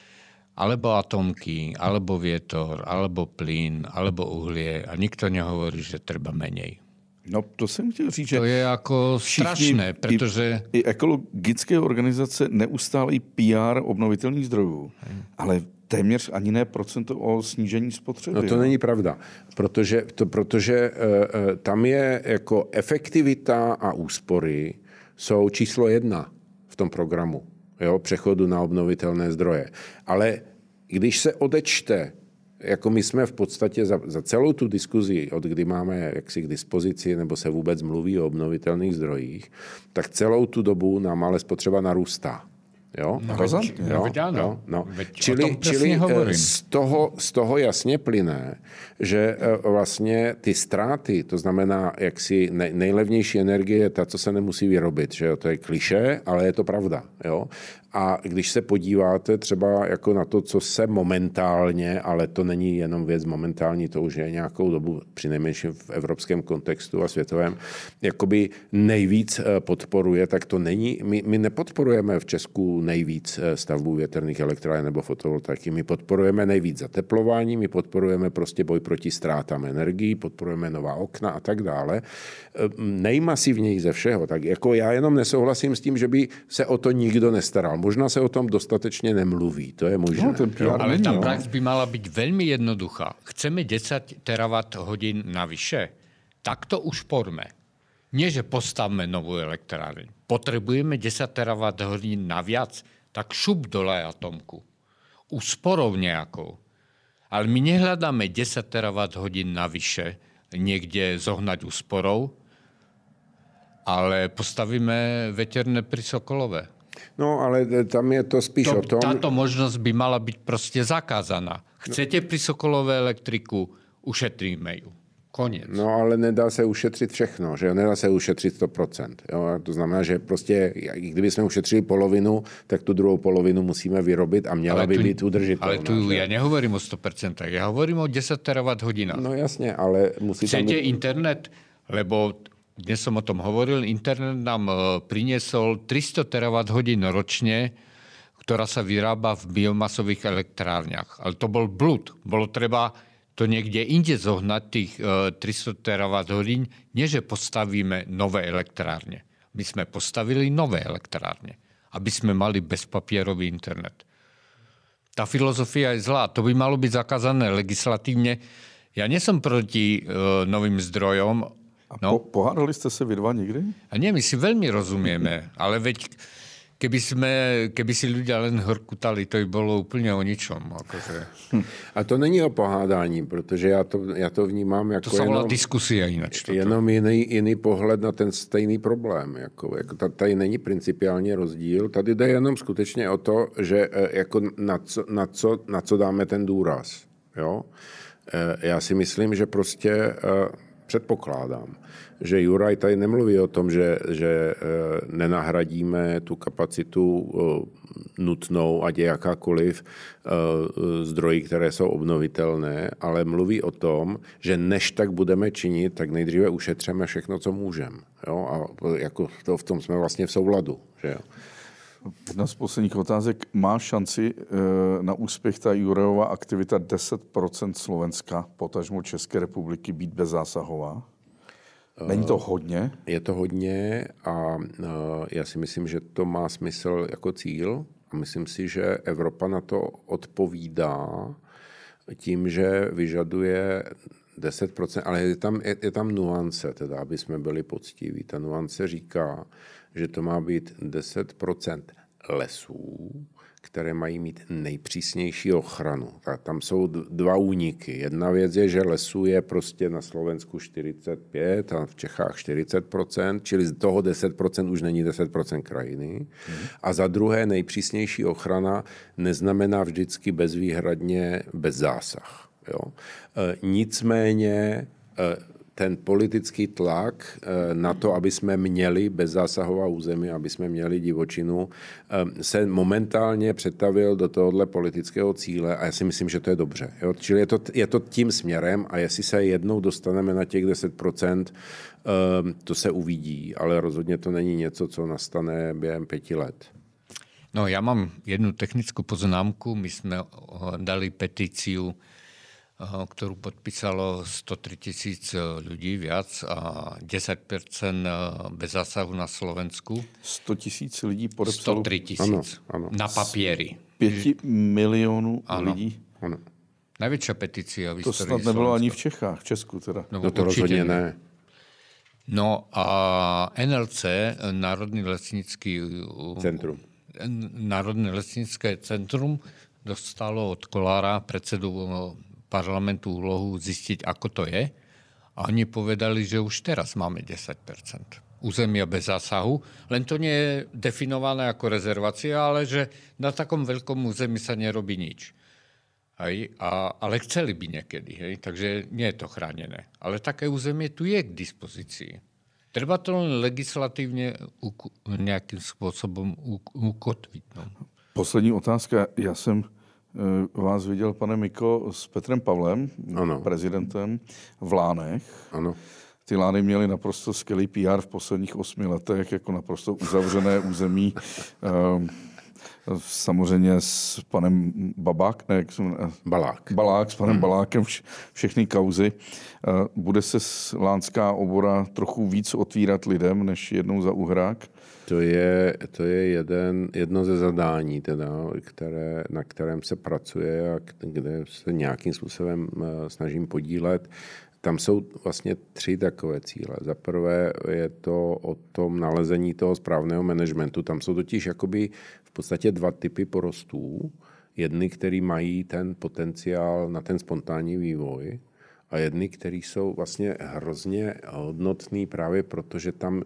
alebo atomky, alebo vietor, alebo plyn, alebo uhlie a nikto nehovorí, že treba menej. No to jsem chtěl říct, že... To je jako strašné, protože... I, I ekologické organizace neustále P R obnovitelných zdrojů, hmm. ale téměř ani ne procento o snížení spotřeby. No to není pravda, protože, to, protože uh, tam je jako efektivita a úspory jsou číslo jedna v tom programu. Jo, přechodu na obnovitelné zdroje. Ale když se odečte, jako my jsme v podstatě za, za celou tu diskuzi, od kdy máme jaksi k dispozici, nebo se vůbec mluví o obnovitelných zdrojích, tak celou tu dobu nám ale spotřeba narůstá. Jo? No, veď, jo, veď áno. Jo, no. Veď čili čili z, toho, z toho jasně plyne, že vlastně ty ztráty, to znamená jaksi nejlevnější energie je ta, co se nemusí vyrobit. Že jo? To je klišé, ale je to pravda. Jo? A když se podíváte třeba jako na to, co se momentálně, ale to není jenom věc momentální, to už je nějakou dobu, přinejmenším v evropském kontextu a světovém, jakoby nejvíc podporuje, tak to není, my, my nepodporujeme v Česku nejvíc stavbu větrných elektráren nebo fotovoltaiky, my podporujeme nejvíc zateplování, my podporujeme prostě boj proti ztrátám energií, podporujeme nová okna a tak dále. Nejmasivněji ze všeho, tak jako já jenom nesouhlasím s tím, že by se o to nikdo nestaral. Možná se o tom dostatečně nemluví, to je možné. No, jo, ale tá prax by mala byť veľmi jednoduchá. Chceme desať terawatt hodín navyše? Tak to už porme. Nie, že postavme novú elektráreň. Potrebujeme desať terawatt hodín naviac? Tak šup dole atomku. Úsporou nejakou. Ale my nehľadáme desať terawatt hodín navyše niekde zohnať úsporou, ale postavíme veterné pri Sokolove. No, ale tam je to spíš to, o tom... Táto možnosť by mala byť proste zakázaná. Chcete pri Sokolové elektriku, ušetríme ju. Koniec. No, ale nedá se ušetřit všechno, že jo? Nedá se ušetřit sto procent. Jo? To znamená, že prostě, kdyby jsme ušetřili polovinu, tak tu druhou polovinu musíme vyrobit a měla by být udržitelná. Ale tu že? ja nehovorím o sto percent, ja hovorím o desať terawatt hodinách. No jasně, ale musí Chcete tam... internet? Lebo dnes som o tom hovoril, internet nám priniesol tristo terawatt hodín ročne, ktorá sa vyrába v biomasových elektrárniach. Ale to bol blud. Bolo treba to niekde inde zohnať, tých tristo terawatt hodín, nie že postavíme nové elektrárne. My sme postavili nové elektrárne, aby sme mali bezpapierový internet. Tá filozofia je zlá. To by malo byť zakázané legislatívne. Ja nie som proti uh, novým zdrojom. A no. po, pohádali ste sa vy dva nikdy? A nie, my si veľmi rozumieme, ale veď keby, sme, keby si ľudia len horkutali, to by bolo úplne o ničom. Akože. A to není o pohádání, protože já to, já to vnímám jako to sa volá jenom, diskusia ináč. Jenom jiný, jiný pohled na ten stejný problém. Jako, jako tady není principiální rozdíl, tady jde jenom skutečně o to, že jako na, co, na, co, na co dáme ten důraz. Jo? Já si myslím, že prostě předpokládám, že Juraj tady nemluví o tom, že, že nenahradíme tu kapacitu nutnou, ať je jakákoliv zdroji, které jsou obnovitelné, ale mluví o tom, že než tak budeme činit, tak nejdříve ušetřeme všechno, co můžeme. Jo? A jako to, v tom jsme vlastně v souladu. Že jo? Jedna z posledních otázek. Má šanci na úspěch ta Jurajova aktivita deset procent Slovenska, potažmo České republiky, být bezzásahová? Není to hodně? Je to hodně a já si myslím, že to má smysl jako cíl. A myslím si, že Evropa na to odpovídá tím, že vyžaduje deset procent, ale je tam, je, je tam nuance, teda, aby jsme byli poctiví. Ta nuance říká, že to má být deset procent lesů, které mají mít nejpřísnější ochranu. Tak tam jsou dva úniky. Jedna věc je, že lesů je prostě na Slovensku čtyřicet pět a v Čechách čtyřicet procent, čili z toho deset procent už není deset procent krajiny. Hmm. A za druhé nejpřísnější ochrana neznamená vždycky bezvýhradně bez zásah. Jo? E, nicméně e, ten politický tlak na to, aby jsme měli bezzásahová území, aby jsme měli divočinu, se momentálně přetavil do tohohle politického cíle a já si myslím, že to je dobře. Jo? Čili je to, je to tím směrem a jestli se jednou dostaneme na těch deset procent, to se uvidí, ale rozhodně to není něco, co nastane během pěti let. No, já mám jednu technickou poznámku. My jsme dali petíciu, ktorú podpísalo sto tri tisíc ľudí viac a desať percent bez zásahu na Slovensku. sto tisíc lidí podepsalo? sto tri tisíc na papieri. Pěti milionů ano. lidí? Ano. Najväčšia petícia v To snad nebylo ani v Čechách, v Česku teda. No, no to rozhodně ne. No a en el cé, Národný lesnický centrum. Národné lesnické centrum dostalo od Kolára, predsedu parlamentu, úlohu zistiť, ako to je. A oni povedali, že už teraz máme desať percent územia bez zásahu, len to nie je definované ako rezervácia, ale že na takom veľkom území sa nerobí nič. Hej? A, ale chceli by niekedy, hej? Takže nie je to chránené. Ale také územie tu je k dispozícii. Treba to len legislatívne uku, nejakým spôsobom ukotviť. No. Poslední otázka. Já jsem vás viděl, pane Miko, s Petrem Pavlem, ano. prezidentem v Lánech. Ano. Ty Lány měly naprosto skvělý P R v posledních osmi letech, jako naprosto uzavřené území. Samozřejmě s panem Babák, ne, Balák. Balák, s panem hmm. Balákem vš, všechny kauzy. Bude se lánská obora trochu víc otvírat lidem, než jednou za uhrák? To je, to je jeden, jedno ze zadání, teda, které, na kterém se pracuje a kde se nějakým způsobem snažím podílet. Tam jsou vlastně tři takové cíle. Za prvé je to o tom nalezení toho správného managementu. Tam jsou totiž jakoby v podstatě dva typy porostů. Jedny, který mají ten potenciál na ten spontánní vývoj a jedny, který jsou vlastně hrozně hodnotný právě proto, že tam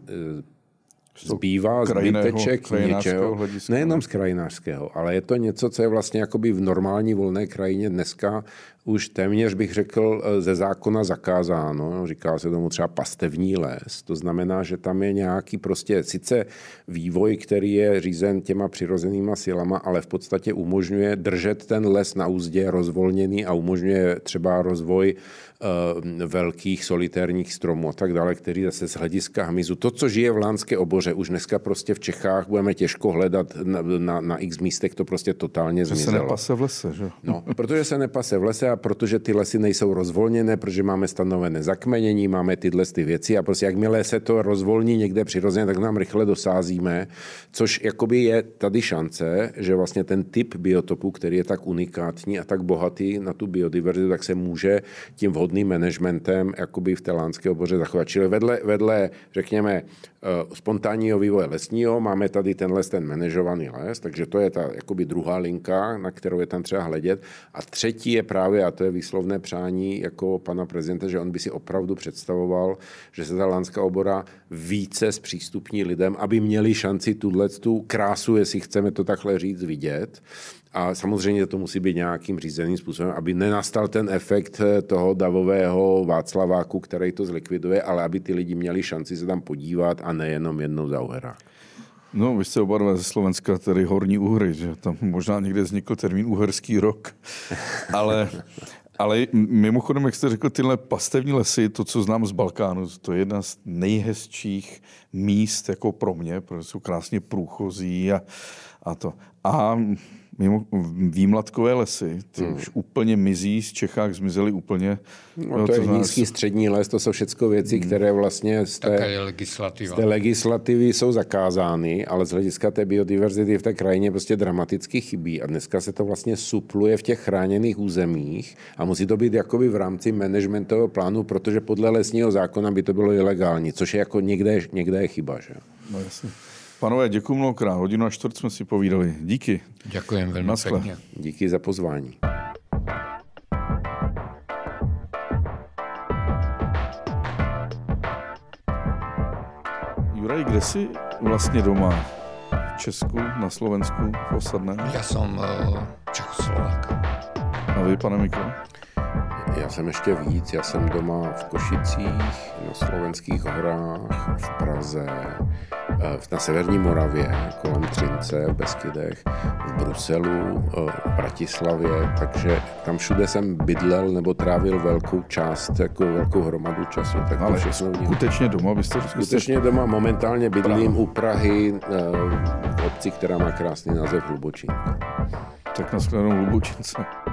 zbývá zbyteček něčeho, nejenom z krajinářského, ale je to něco, co je vlastně jakoby v normální volné krajině dneska už téměř bych řekl ze zákona zakázáno. Říká se tomu třeba pastevní les. To znamená, že tam je nějaký prostě sice vývoj, který je řízen těma přirozenýma silama, ale v podstatě umožňuje držet ten les na úzdě rozvolněný a umožňuje třeba rozvoj uh, velkých solitérních stromů a tak dále, který zase z hlediska hmyzu. To, co žije v lánské oboře, už dneska prostě v Čechách budeme těžko hledat na, na, na x místech, to prostě totálně zmizelo. Že se nepase v lese, že? No, protože se nepase v lese a protože ty lesy nejsou rozvolněné, protože máme stanovené zakmenění, máme tyhle ty věci a prostě jakmile se to rozvolní někde přirozeně, tak nám rychle dosázíme, což jakoby je tady šance, že vlastně ten typ biotopu, který je tak unikátní a tak bohatý na tu biodiverzitu, tak se může tím vhodným managementem jakoby v té lánské oboře zachovat. Čili vedle, vedle řekněme, spontánního vývoje lesního máme tady ten les, ten manažovaný les, takže to je ta jakoby druhá linka, na kterou je tam třeba hledět. A třetí je právě, a to je výslovné přání jako pana prezidenta, že on by si opravdu představoval, že se ta lánská obora více zpřístupní lidem, aby měli šanci tuhle tu krásu, jestli chceme to takhle říct, vidět. A samozřejmě to musí být nějakým řízeným způsobem, aby nenastal ten efekt toho davového Václaváku, který to zlikviduje, ale aby ty lidi měli šanci se tam podívat a nejenom jednou za uherák. No, vy jste oba dva ze Slovenska, tedy Horní Uhry, že tam možná někde vznikl termín uherský rok, ale... Ale mimochodem, jak jste řekl, tyhle pastevní lesy, to, co znám z Balkánu, to je jedna z nejhezčích míst jako pro mě, protože jsou krásně průchozí a, a to. A mimo výmladkové lesy, ty hmm. už úplně mizí, z Čechách zmizely úplně. No, to, to je nízký nás... střední les, to jsou všechno věci, hmm. které vlastně z té, z té legislativy jsou zakázány, ale z hlediska té biodiverzity v té krajině prostě dramaticky chybí. A dneska se to vlastně supluje v těch chráněných územích a musí to být jakoby v rámci managementového plánu, protože podle lesního zákona by to bylo ilegální, což je jako někde, někde je chyba. Že? No jasně. Panové, děkuji mnohokrát. Hodinu a čtvrt jsme si povídali. Díky. Děkujem velmi Naschle. pěkně. Díky za pozvání. Juraj, kde jsi vlastně doma? V Česku, na Slovensku, v Osadném? Já jsem uh, Čechoslovák. A vy, pane Mikl? Já jsem ještě víc, já jsem doma v Košicích, na Slovenských horách, v Praze, na Severní Moravě, kolem Třince, v Beskydech, v Bruselu, v Bratislavě, takže tam všude jsem bydlel nebo trávil velkou část, jako velkou hromadu času. Tak ale skutečně doma byste řekl? Skutečně doma, momentálně bydlím Praha. U Prahy, v obci, která má krásný název Hlubočínka. Tak na shledanou Hlubočínce.